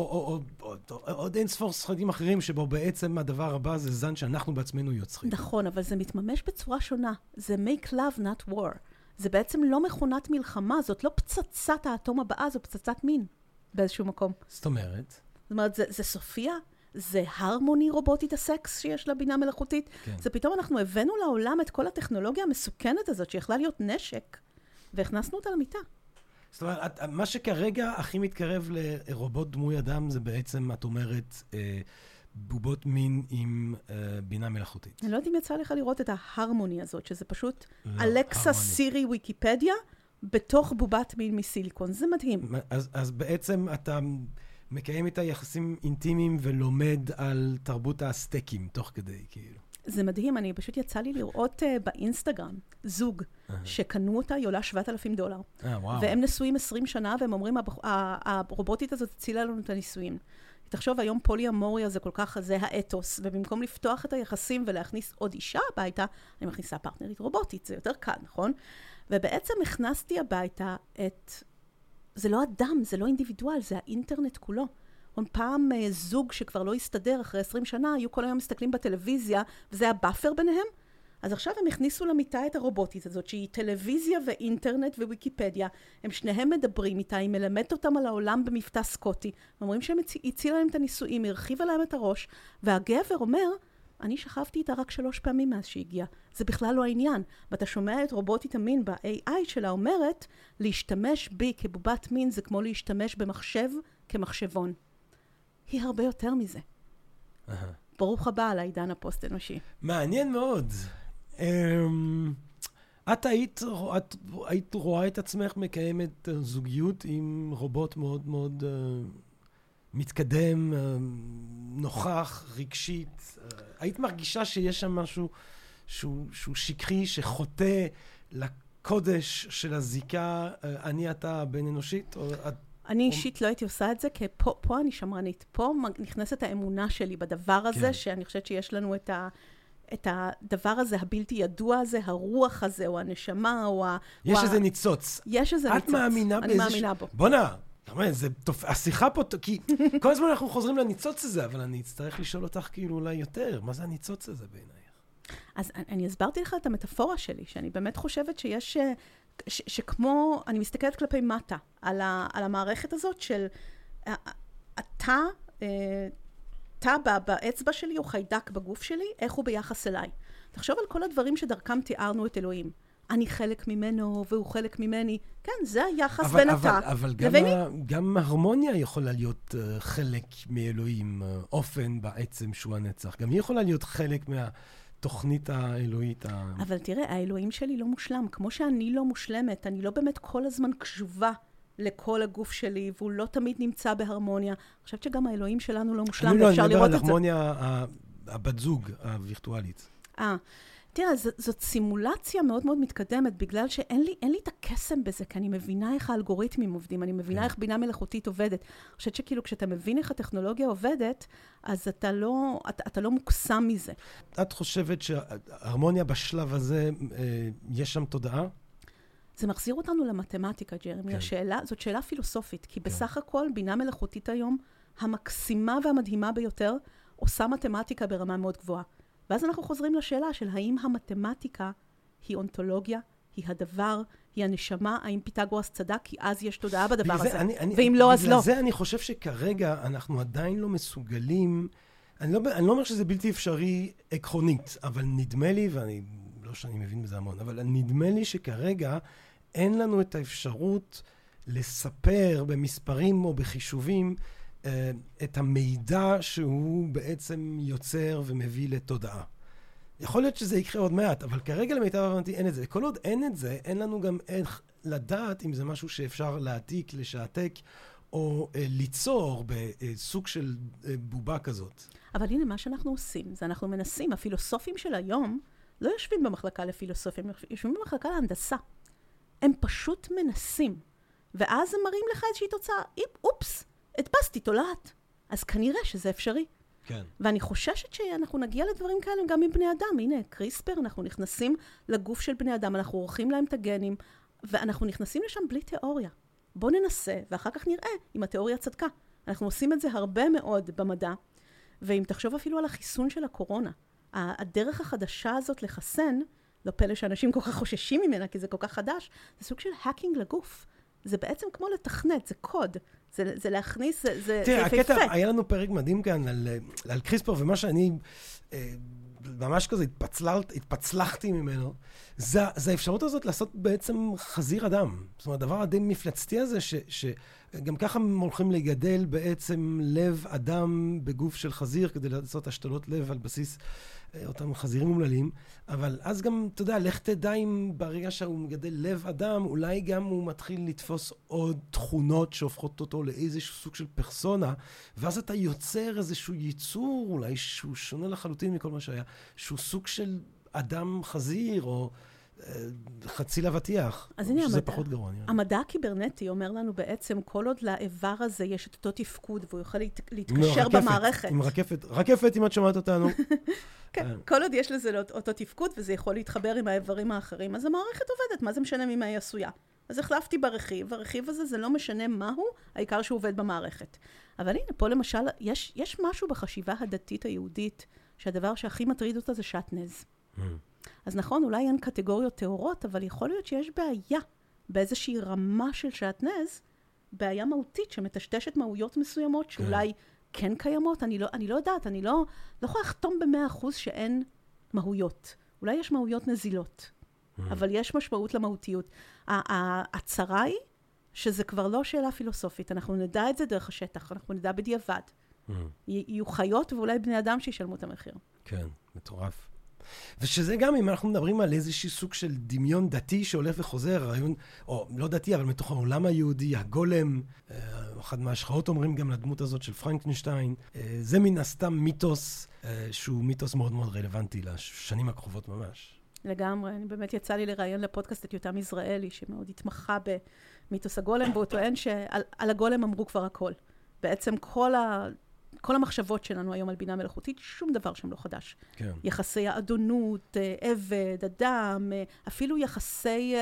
עוד אין ספור סרטים אחרים שבו בעצם הדבר הבא זה זן שאנחנו בעצמנו יוצרים. נכון, אבל זה מתממש בצורה שונה. זה make love not war. זה בעצם לא מכונת מלחמה, זאת לא פצצת האטום הבאה, זו פצצת מין באיזשהו מקום. זאת אומרת? זאת אומרת, זה סופיה? זה הרמוני רובוטית הסקס שיש לה בינה מלאכותית. כן. זה פתאום אנחנו הבאנו לעולם את כל הטכנולוגיה המסוכנת הזאת, שיכלה להיות נשק, והכנסנו אותה למיטה. זאת אומרת, מה שכרגע הכי מתקרב לרובוט דמוי אדם, זה בעצם, את אומרת, בובות מין עם בינה מלאכותית. אני לא יודעת אם יצא לך לראות את ההרמוני הזאת, שזה פשוט אלקסה סירי ויקיפדיה, בתוך בובת מין מסיליקון. זה מדהים. אז בעצם אתה מקיים איתה יחסים אינטימיים ולומד על תרבות הסטייקים, תוך כדי, כאילו. זה מדהים, אני פשוט יצא לי לראות באינסטגרם זוג שקנו אותה, היא עולה $7,000. והם נשואים 20 שנה, והם אומרים, הרובוטית הזאת הצילה לנו את הנישואים. תחשוב, היום פולי-אמוריה זה כל כך, זה האתוס, ובמקום לפתוח את היחסים ולהכניס עוד אישה הביתה, אני מכניסה פרטנרית רובוטית, זה יותר קל, נכון? ובעצם הכנסתי הביתה את... זה לא אדם, זה לא אינדיבידואל, זה האינטרנט כולו. פעם זוג שכבר לא הסתדר אחרי 20 שנה, היו כל היום מסתכלים בטלוויזיה, וזה הבאפר ביניהם. אז עכשיו הם הכניסו למיטה את הרובוטית הזאת, שהיא טלוויזיה ואינטרנט וויקיפדיה. הם שניהם מדברים איתה, היא מלמדת אותם על העולם במבטא סקוטי. אומרים שהם הצילה להם את הנישואים, הרחיבה להם את הראש, והגבר אומר, אני שכבתי איתה רק 3 פעמים מאז שהגיעה. זה בכלל לא העניין. ואתה שומע את רובוטית המין ב-AI שלה אומרת, להשתמש בי כבובת מין זה כמו להשתמש במחשב כמחשבון. היא הרבה יותר מזה. ברוך הבא על העידן הפוסט-אנושי. מעניין מאוד. את היית רואה את עצמך מקיימת זוגיות עם רובוט מאוד מאוד מתקדם, נוכח, רגשית. היית מרגישה שיש שם משהו שהוא שקרי, שחוטא לקודש של הזיקה, אני אתה בין אנושית? אני אישית לא הייתי עושה את זה, כי פה אני שמרנית. פה נכנסת האמונה שלי בדבר הזה, שאני חושבת שיש לנו את הדבר הזה, הבלתי ידוע הזה, הרוח הזה, או הנשמה, או יש איזה ניצוץ. יש איזה ניצוץ. את מאמינה אני מאמינה בו. בוא'נה, השיחה פה, כי כל הזמן אנחנו חוזרים לניצוץ הזה, אבל אני אצטרך לשאול אותך כאילו אולי יותר, מה זה הניצוץ הזה בעינייך? אז אני הסברתי לך את המטאפורה שלי, שאני באמת חושבת שיש... שכמו, אני מסתכלת כלפי מטה, על המערכת הזאת של תא באצבע שלי או חיידק בגוף שלי, איך הוא ביחס אליי. תחשוב על כל הדברים שדרכם תיארנו את אלוהים. אני חלק ממנו והוא חלק ממני. כן, זה היחס בין התא. אבל גם הרמוניה יכולה להיות חלק מאלוהים, אופן בעצם שהוא הנצח. גם היא יכולה להיות חלק התוכנית האלוהית. אבל תראה, האלוהים שלי לא מושלם. כמו שאני לא מושלמת, אני לא באמת כל הזמן קשובה לכל הגוף שלי, והוא לא תמיד נמצא בהרמוניה. אני חושבת שגם האלוהים שלנו לא מושלם, ואפשר לראות את זה. אני מדבר על הרמוניה הבת זוג, הווירטואלית. תראה, זאת סימולציה מאוד מאוד מתקדמת, בגלל שאין לי את הקסם בזה, כי אני מבינה איך האלגוריתמים עובדים, אני מבינה איך בינה מלאכותית עובדת. אני חושבת שכאילו כשאתה מבין איך הטכנולוגיה עובדת, אז אתה לא מוקסם מזה. את חושבת שההרמוניה בשלב הזה, יש שם תודעה? זה מחזיר אותנו למתמטיקה, ג'רמי. זאת שאלה פילוסופית, כי בסך הכל בינה מלאכותית היום, המקסימה והמדהימה ביותר, עושה מתמטיקה ברמה מאוד גבוהה. ואז אנחנו חוזרים לשאלה של האם המתמטיקה היא אונתולוגיה, היא הדבר, היא הנשמה, האם פיתגורס צדק, כי אז יש תודעה בדבר הזה. ואם לא, אז לא. בגלל זה אני חושב שכרגע אנחנו עדיין לא מסוגלים, אני לא אומר שזה בלתי אפשרי עקרונית, אבל נדמה לי, ואני לא שאני מבין בזה המון, אבל נדמה לי שכרגע אין לנו את האפשרות לספר במספרים או בחישובים את המידע שהוא בעצם יוצר ומביא לתודעה. יכול להיות שזה יקרה עוד מעט, אבל כרגע למיטב הבנתי אין את זה. כל עוד אין את זה, אין לנו גם איך לדעת אם זה משהו שאפשר להעתיק, לשעתק, או ליצור בסוג של בובה כזאת. אבל הנה, מה שאנחנו עושים, זה אנחנו מנסים, הפילוסופים של היום לא יושבים במחלקה לפילוסופיה, הם יושבים במחלקה להנדסה. הם פשוט מנסים. ואז הם מראים לך איזושהי תוצאה, אופס, הדפסתי תולעת. אז כנראה שזה אפשרי. כן. ואני חוששת שאנחנו נגיע לדברים כאלה גם עם בני אדם. הנה, קריספר, אנחנו נכנסים לגוף של בני אדם, אנחנו עורכים להם את הגנים, ואנחנו נכנסים לשם בלי תיאוריה. בוא ננסה, ואחר כך נראה אם התיאוריה צדקה. אנחנו עושים את זה הרבה מאוד במדע, ואם תחשוב אפילו על החיסון של הקורונה, הדרך החדשה הזאת לחסן, לא פלא שאנשים כל כך חוששים ממנה, כי זה כל כך חדש, זה סוג של האקינג לגוף. זה בעצם כמו לתכנת, זה קוד. זה להכניס, זה תראה, יפהפה. הקטע, היה לנו פרק מדהים כאן על קריספר, ומה שאני ממש כזה התפצלחתי ממנו, זה האפשרות הזאת לעשות בעצם חזיר אדם. זאת אומרת, הדבר הדי מפלצתי הזה, שגם ככה הולכים לגדל בעצם לב אדם בגוף של חזיר, כדי לעשות השתלות לב על בסיס אותם חזירים מומללים, אבל אז גם, אתה יודע, לך תדע אם ברגע שהוא מגדל לב אדם, אולי גם הוא מתחיל לתפוס עוד תכונות שהופכות אותו לאיזשהו סוג של פרסונה, ואז אתה יוצר איזשהו ייצור, אולי שהוא שונה לחלוטין מכל מה שהיה, שהוא סוג של אדם חזיר, או חצי לבטיח. אז הנה, שזה פחות גרוע. המדע הקיברנטי אומר לנו בעצם, כל עוד לאיבר הזה יש את אותו תפקוד, והוא יכול להתקשר במערכת. עם רקפת, אם את שומעת אותנו. כן, כל עוד יש לזה אותו תפקוד, וזה יכול להתחבר עם האיברים האחרים, אז המערכת עובדת, מה זה משנה ממה היא עשויה? אז החלפתי ברכיב, הרכיב הזה זה לא משנה מהו, העיקר שהוא עובד במערכת. אבל הנה, פה למשל, יש משהו בחשיבה הדתית היהודית, שהדבר שהכי מטריד אותה זה שעטנז. אז נכון, אולי אין קטגוריות תיאורות, אבל יכול להיות שיש בעיה באיזושהי רמה של שעטנז, בעיה מהותית שמטשטשת מהויות מסוימות, שאולי כן קיימות, אני לא יודעת, אני לא יכולה לחתום ב100% שאין מהויות. אולי יש מהויות נזילות, אבל יש משמעות למהותיות. הצרה היא שזה כבר לא שאלה פילוסופית, אנחנו נדע את זה דרך השטח, אנחנו נדע בדיעבד. יהיו חיות ואולי בני אדם שישלמו את המחיר. כן, מטורף. ושזה גם אם אנחנו מדברים על איזשהו סוג של דמיון דתי שהולך וחוזר, רעיון, או לא דתי, אבל מתוך העולם היהודי, הגולם, אחד מההשחאות אומרים גם לדמות הזאת של פרנקנשטיין, זה מן הסתם מיתוס, שהוא מיתוס מאוד מאוד רלוונטי לשנים הקרובות ממש. לגמרי, אני באמת יצא לי לראיין לפודקאסט את יותם יזרעאלי, שמאוד התמחה במיתוס הגולם, והוא טוען שעל הגולם אמרו כבר הכל. בעצם כל המחשבות שלנו היום על בינה מלאכותית, שום דבר שם לא חדש. כן. יחסי האדונות, עבד, אדם, אפילו יחסי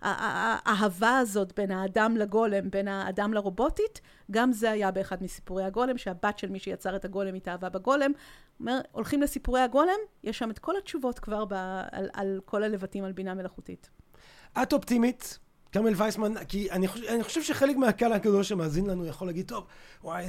האהבה הזאת בין האדם לגולם, בין האדם לרובוטית, גם זה היה באחד מסיפורי הגולם, שהבת של מי שיצר את הגולם התאהבה בגולם. אומר, הולכים לסיפורי הגולם, יש שם את כל התשובות כבר על כל הלבטים על בינה מלאכותית. את אופטימית? כרמל וייסמן, כי אני חושב שחלק מהקהל הקדוש שמאזין לנו יכול להגיד, טוב, וואי,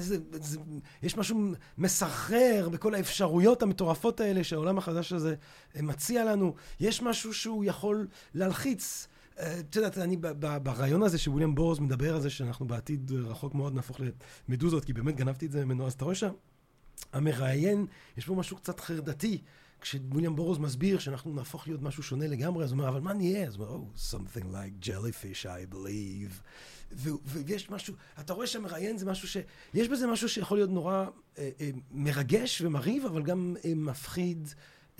יש משהו מסחרר בכל האפשרויות המטורפות האלה שהעולם החדש הזה מציע לנו. יש משהו שהוא יכול להלחיץ. את יודעת, אני ברעיון הזה שוויליאם בורס מדבר על זה שאנחנו בעתיד רחוק מאוד נהפוך למדוזות, כי באמת גנבתי את זה ממנו, אז אתה רואה שם, המראיין, יש פה משהו קצת חרדתי, כשוויליאם בורוז מסביר שאנחנו נהפוך להיות משהו שונה לגמרי, אז הוא אומר, אבל מה נהיה? אז הוא אומר, something like jellyfish, I believe. ויש משהו, אתה רואה שהמראיין זה משהו יש בזה משהו שיכול להיות נורא מרגש ומריב, אבל גם מפחיד,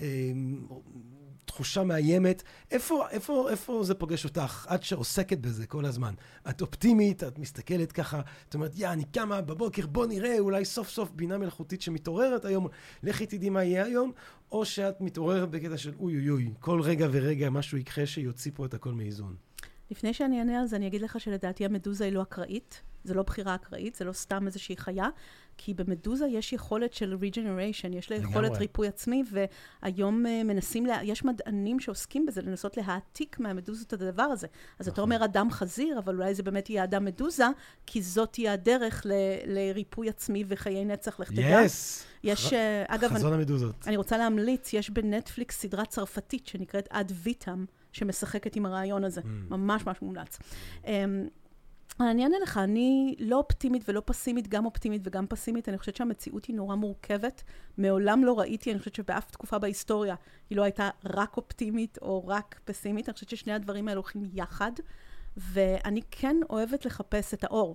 תחושה מאיימת. איפה זה פוגש אותך? את שעוסקת בזה כל הזמן. את אופטימית, את מסתכלת ככה, את אומרת, אני קמה בבוקר, בוא נראה, אולי סוף סוף בינה מלאכותית שמתעוררת היום, לכי תדעי מה יהיה היום, או שאת מתעוררת בקטע של אוי, כל רגע ורגע משהו יקרה שיוציא פה את הכל מאיזון. לפני שאני אענה על זה, אני אגיד לך שלדעתי המדוזה היא לא אקראית, זה לא בחירה אקראית, זה לא סתם איזושהי חיה, כי במדוזה יש יכולת של regeneration, יש לה יכולת ריפוי עצמי, והיום יש מדענים שעוסקים בזה, לנסות להעתיק מהמדוזות את הדבר הזה. אז אתה אומר אדם חזיר, אבל אולי זה באמת יהיה אדם מדוזה, כי זאת תהיה הדרך לריפוי עצמי וחיי נצח לכתדה. יש, חזון המדוזות. אני רוצה להמליץ, יש בנטפליקס סדרה צרפתית שנקראת עד ויטם, שמשחקת עם הרעיון הזה. ממש מומלץ. אני אענה לך, אני לא אופטימית ולא פסימית, גם אופטימית וגם פסימית. אני חושבת שהמציאות היא נורא מורכבת. מעולם לא ראיתי, אני חושבת שבאף תקופה בהיסטוריה היא לא הייתה רק אופטימית או רק פסימית. אני חושבת ששני הדברים האלה הולכים יחד. ואני כן אוהבת לחפש את האור.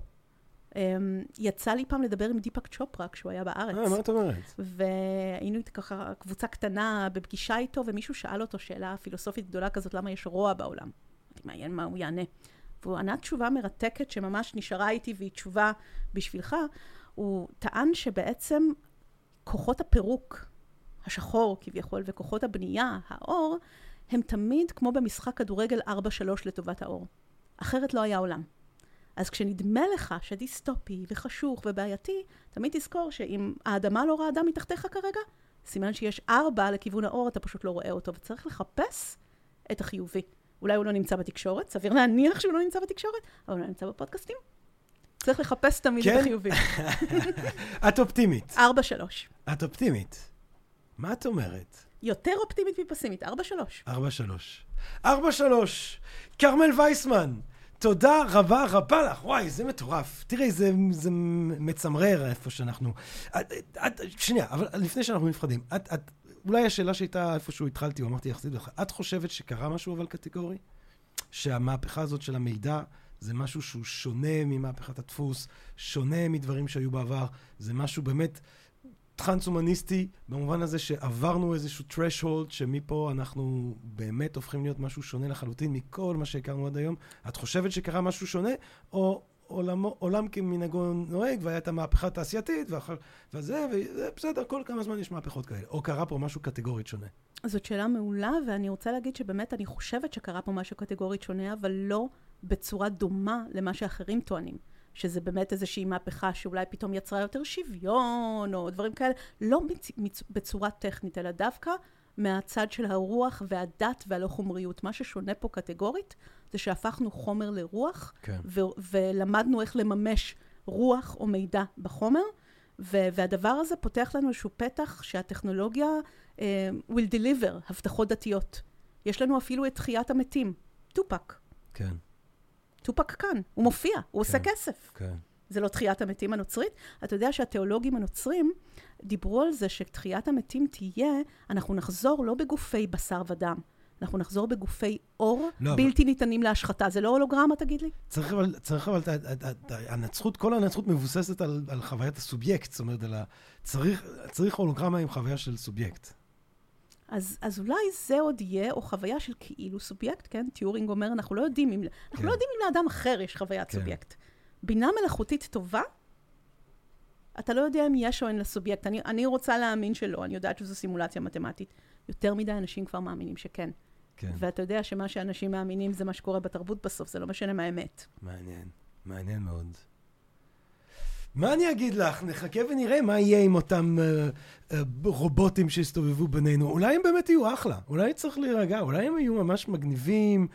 יצא לי פעם לדבר עם דיפק צ'ופרה כשהוא היה בארץ. מה את אומרת? והיינו ככה קבוצה קטנה בפגישה איתו, ומישהו שאל אותו שאלה פילוסופית גדולה כזאת, למה יש רוע בעולם? אמרתי, מעניין מה הוא יענה. והוא ענה תשובה מרתקת שממש נשארה איתי, והיא תשובה בשבילך. הוא טען שבעצם כוחות הפירוק, השחור כביכול, וכוחות הבנייה, האור, הם תמיד כמו במשחק כדורגל 4-3 לטובת האור. אחרת לא היה עולם. אז כשנדמה לך שדיסטופי וחשוך ובעייתי, תמיד תזכור שאם האדמה לא רעדה מתחתיך כרגע, סימן שיש 4 לכיוון האור, אתה פשוט לא רואה אותו, וצריך לחפש את החיובי. אולי הוא לא נמצא בתקשורת, סביר להניח שהוא לא נמצא בתקשורת, אבל הוא לא נמצא בפודקאסטים. צריך לחפש תמיד את החיובי. את אופטימית. 4-3. את אופטימית. מה את אומרת? יותר אופטימית מפסימית, 4-3. 4-3. כרמל וייסמן. תודה רבה לך. וואי, זה מטורף. תראי, זה מצמרר איפה שאנחנו... שנייה, אבל לפני שאנחנו נפחדים, אולי השאלה שהייתה איפשהו התחלתי, או אמרתי יחסית לך, את חושבת שקרה משהו אבל קטגורי? שהמהפכה הזאת של המידע זה משהו שהוא שונה ממהפכת הדפוס, שונה מדברים שהיו בעבר, זה משהו באמת טרנס-הומניסטי, במובן הזה שעברנו איזשהו threshold, שמפה אנחנו באמת הופכים להיות משהו שונה לחלוטין מכל מה שהכרנו עד היום. את חושבת שקרה משהו שונה, או עולם כמנהגו נוהג, והיה את המהפכה התעשייתית, וזה בסדר, כל כמה זמן יש מהפכות כאלה. או קרה פה משהו קטגורית שונה? זאת שאלה מעולה, ואני רוצה להגיד שבאמת אני חושבת שקרה פה משהו קטגורית שונה, אבל לא בצורה דומה למה שאחרים טוענים. שזה באמת איזושהי מהפכה שאולי פתאום יצרה יותר שוויון, או דברים כאלה. לא בצורה טכנית, אלא דווקא מהצד של הרוח והדת והלא חומריות. מה ששונה פה קטגורית, זה שהפכנו חומר לרוח, כן. ולמדנו איך לממש רוח או מידע בחומר, והדבר הזה פותח לנו איזשהו פתח שהטכנולוגיה will deliver, הבטחות דתיות. יש לנו אפילו את תחיית המתים, טופק. כן. טופק כאן, הוא מופיע, הוא עושה כסף. כן. זה לא תחיית המתים הנוצרית. אתה יודע שהתיאולוגים הנוצרים דיברו על זה שתחיית המתים תהיה, אנחנו נחזור לא בגופי בשר ודם, אנחנו נחזור בגופי אור בלתי ניתנים להשחתה. זה לא הולוגרמה, תגיד לי? צריך אבל, הנצחות, כל הנצחות מבוססת על חוויית הסובייקט, זאת אומרת, צריך הולוגרמה עם חוויה של סובייקט. אז אולי זה עוד יהיה, או חוויה של כאילו סובייקט, כן? טיורינג אומר, אנחנו לא יודעים אם לאדם אחר יש חוויית סובייקט. בינה מלאכותית טובה, אתה לא יודע אם יש או אין לסובייקט. אני רוצה להאמין שלא, אני יודעת שזו סימולציה מתמטית. יותר מדי אנשים כבר מאמינים שכן. ואתה יודע שמה שאנשים מאמינים זה מה שקורה בתרבות בסוף, זה לא משנה מה האמת. מעניין מאוד. מה אני אגיד לך? נחכה ונראה מה יהיה עם אותם רובוטים שהסתובבו בינינו. אולי הם באמת יהיו אחלה, אולי צריך להירגע, אולי הם יהיו ממש מגניבים,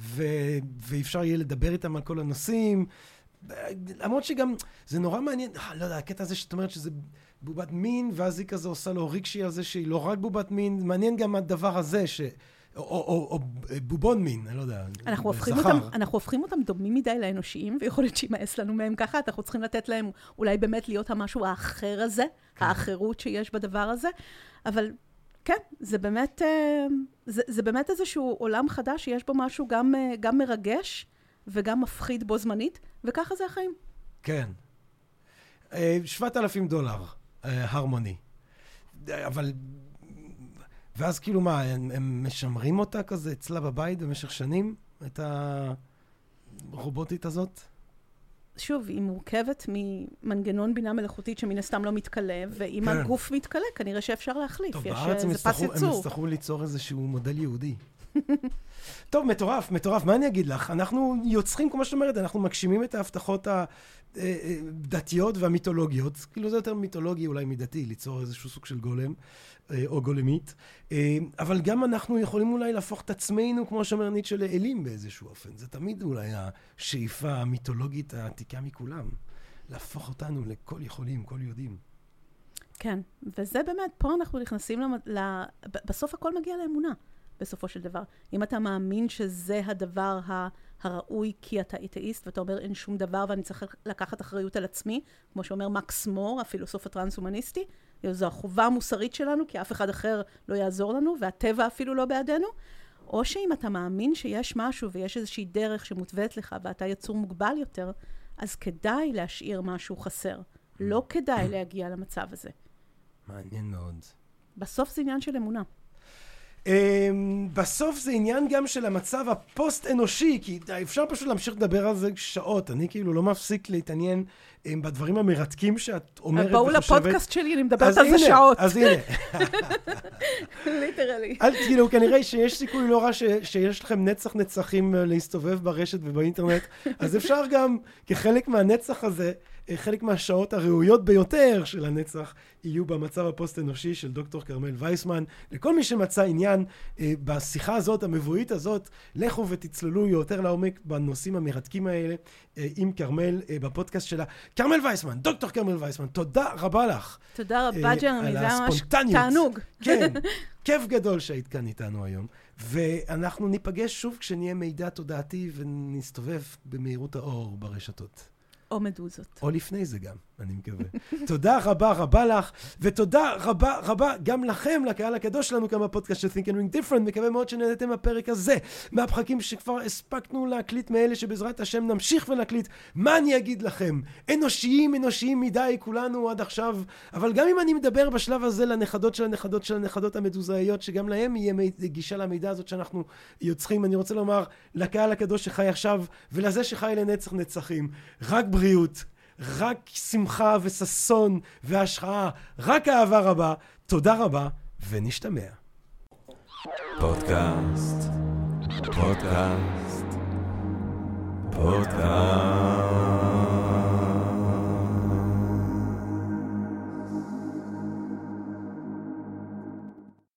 ואפשר יהיה לדבר איתם על כל הנושאים. למרות שגם, זה נורא מעניין, לא יודע, הקטע הזה שאת אומרת שזה בובת מין, ואז היא כזה עושה לו ריקשי על זה שהיא לא רק בובת מין, מעניין גם הדבר הזה, או בובון מין, אני לא יודע. אנחנו הופכים אותם דומים מדי לאנושיים, ויכול להיות שימאס לנו מהם ככה, אנחנו צריכים לתת להם אולי באמת להיות המשהו האחר הזה, האחרות שיש בדבר הזה, אבל כן, זה באמת איזשהו עולם חדש שיש בו משהו גם מרגש וגם מפחיד בו זמנית, וככה זה החיים. כן. $7,000, הרמוני. אבל, ואז כאילו מה, הם משמרים אותה כזה אצלה בבית במשך שנים, את הרובוטית הזאת? שוב, היא מורכבת ממנגנון בינה מלאכותית שמן הסתם לא מתקלה, ואם הגוף מתקלה, כנראה שאפשר להחליף. טוב, בארץ הם יצטרכו ליצור איזשהו מודל יהודי. טוב, מטורף, מה אני אגיד לך? אנחנו יוצרים, כמו שאת אומרת, אנחנו מגשימים את ההבטחות הדתיות והמיתולוגיות, כאילו זה יותר מיתולוגי אולי מדתי, ליצור איזשהו סוג של גולם, או גולמית, אבל גם אנחנו יכולים אולי להפוך את עצמנו, כמו שאומר ניטשה, לאלים באיזשהו אופן. זה תמיד אולי השאיפה המיתולוגית העתיקה מכולם, להפוך אותנו לכל יכולים, כל יודעים. כן, וזה באמת, פה אנחנו נכנסים, בסוף הכל מגיע לאמונה. בסופו של דבר. אם אתה מאמין שזה הדבר הראוי כי אתה אתאיסט, ואתה אומר אין שום דבר ואני צריך לקחת אחריות על עצמי, כמו שאומר מקס מור, הפילוסוף הטרנס-הומניסטי, זו החובה המוסרית שלנו, כי אף אחד אחר לא יעזור לנו, והטבע אפילו לא בעדנו, או שאם אתה מאמין שיש משהו ויש איזושהי דרך שמוטבעת לך ואתה יצור מוגבל יותר, אז כדאי להשאיר משהו חסר. לא כדאי להגיע למצב הזה. מעניין מאוד. בסוף זה עניין של אמונה. בסוף זה עניין גם של המצב הפוסט-אנושי, כי אפשר פשוט להמשיך לדבר על זה שעות. אני כאילו לא מפסיק להתעניין בדברים המרתקים שאת אומרת וחושבת. בואו לפודקאסט שלי, אני מדברת על זה שעות. אז הנה. ליטרלי. כאילו, כנראה שיש סיכוי לא רע שיש לכם נצח נצחים להסתובב ברשת ובאינטרנט, אז אפשר גם, כחלק מהנצח הזה, חלק מהשעות הראויות ביותר של הנצח יהיו במצב הפוסט-אנושי של דוקטור כרמל וייסמן. לכל מי שמצא עניין בשיחה הזאת, המבואית הזאת, לכו ותצללו יותר לעומק בנושאים המרתקים האלה עם כרמל בפודקאסט שלה. כרמל וייסמן, דוקטור כרמל וייסמן, תודה רבה לך. תודה רבה ג'רמי, זה ממש תענוג. כן, כיף גדול שהיית כאן איתנו היום. ואנחנו ניפגש שוב כשנהיה מידע תודעתי ונסתובב במהירות האור ברשתות. או מדוזות. או לפני זה גם, אני מקווה. תודה רבה לך, ותודה רבה גם לכם, לקהל הקדוש שלנו כאן בפודקאסט של Think and Ring Different. מקווה מאוד שנהנתם מהפרק הזה, מהפרקים שכבר הספקנו להקליט, מאלה שבעזרת השם נמשיך ולהקליט. מה אני אגיד לכם? אנושיים מדי כולנו עד עכשיו, אבל גם אם אני מדבר בשלב הזה לנכדות של הנכדות המדוזאיות, שגם להם יהיה גישה למידע הזאת שאנחנו יוצרים, אני רוצה לומר לקהל הקדוש שחי עכשיו, ולזה שחי לנצח נצחים, רק בריאות, רק שמחה וססון והשחאה, רק אהבה רבה. תודה רבה ונשתמע. פודקאסט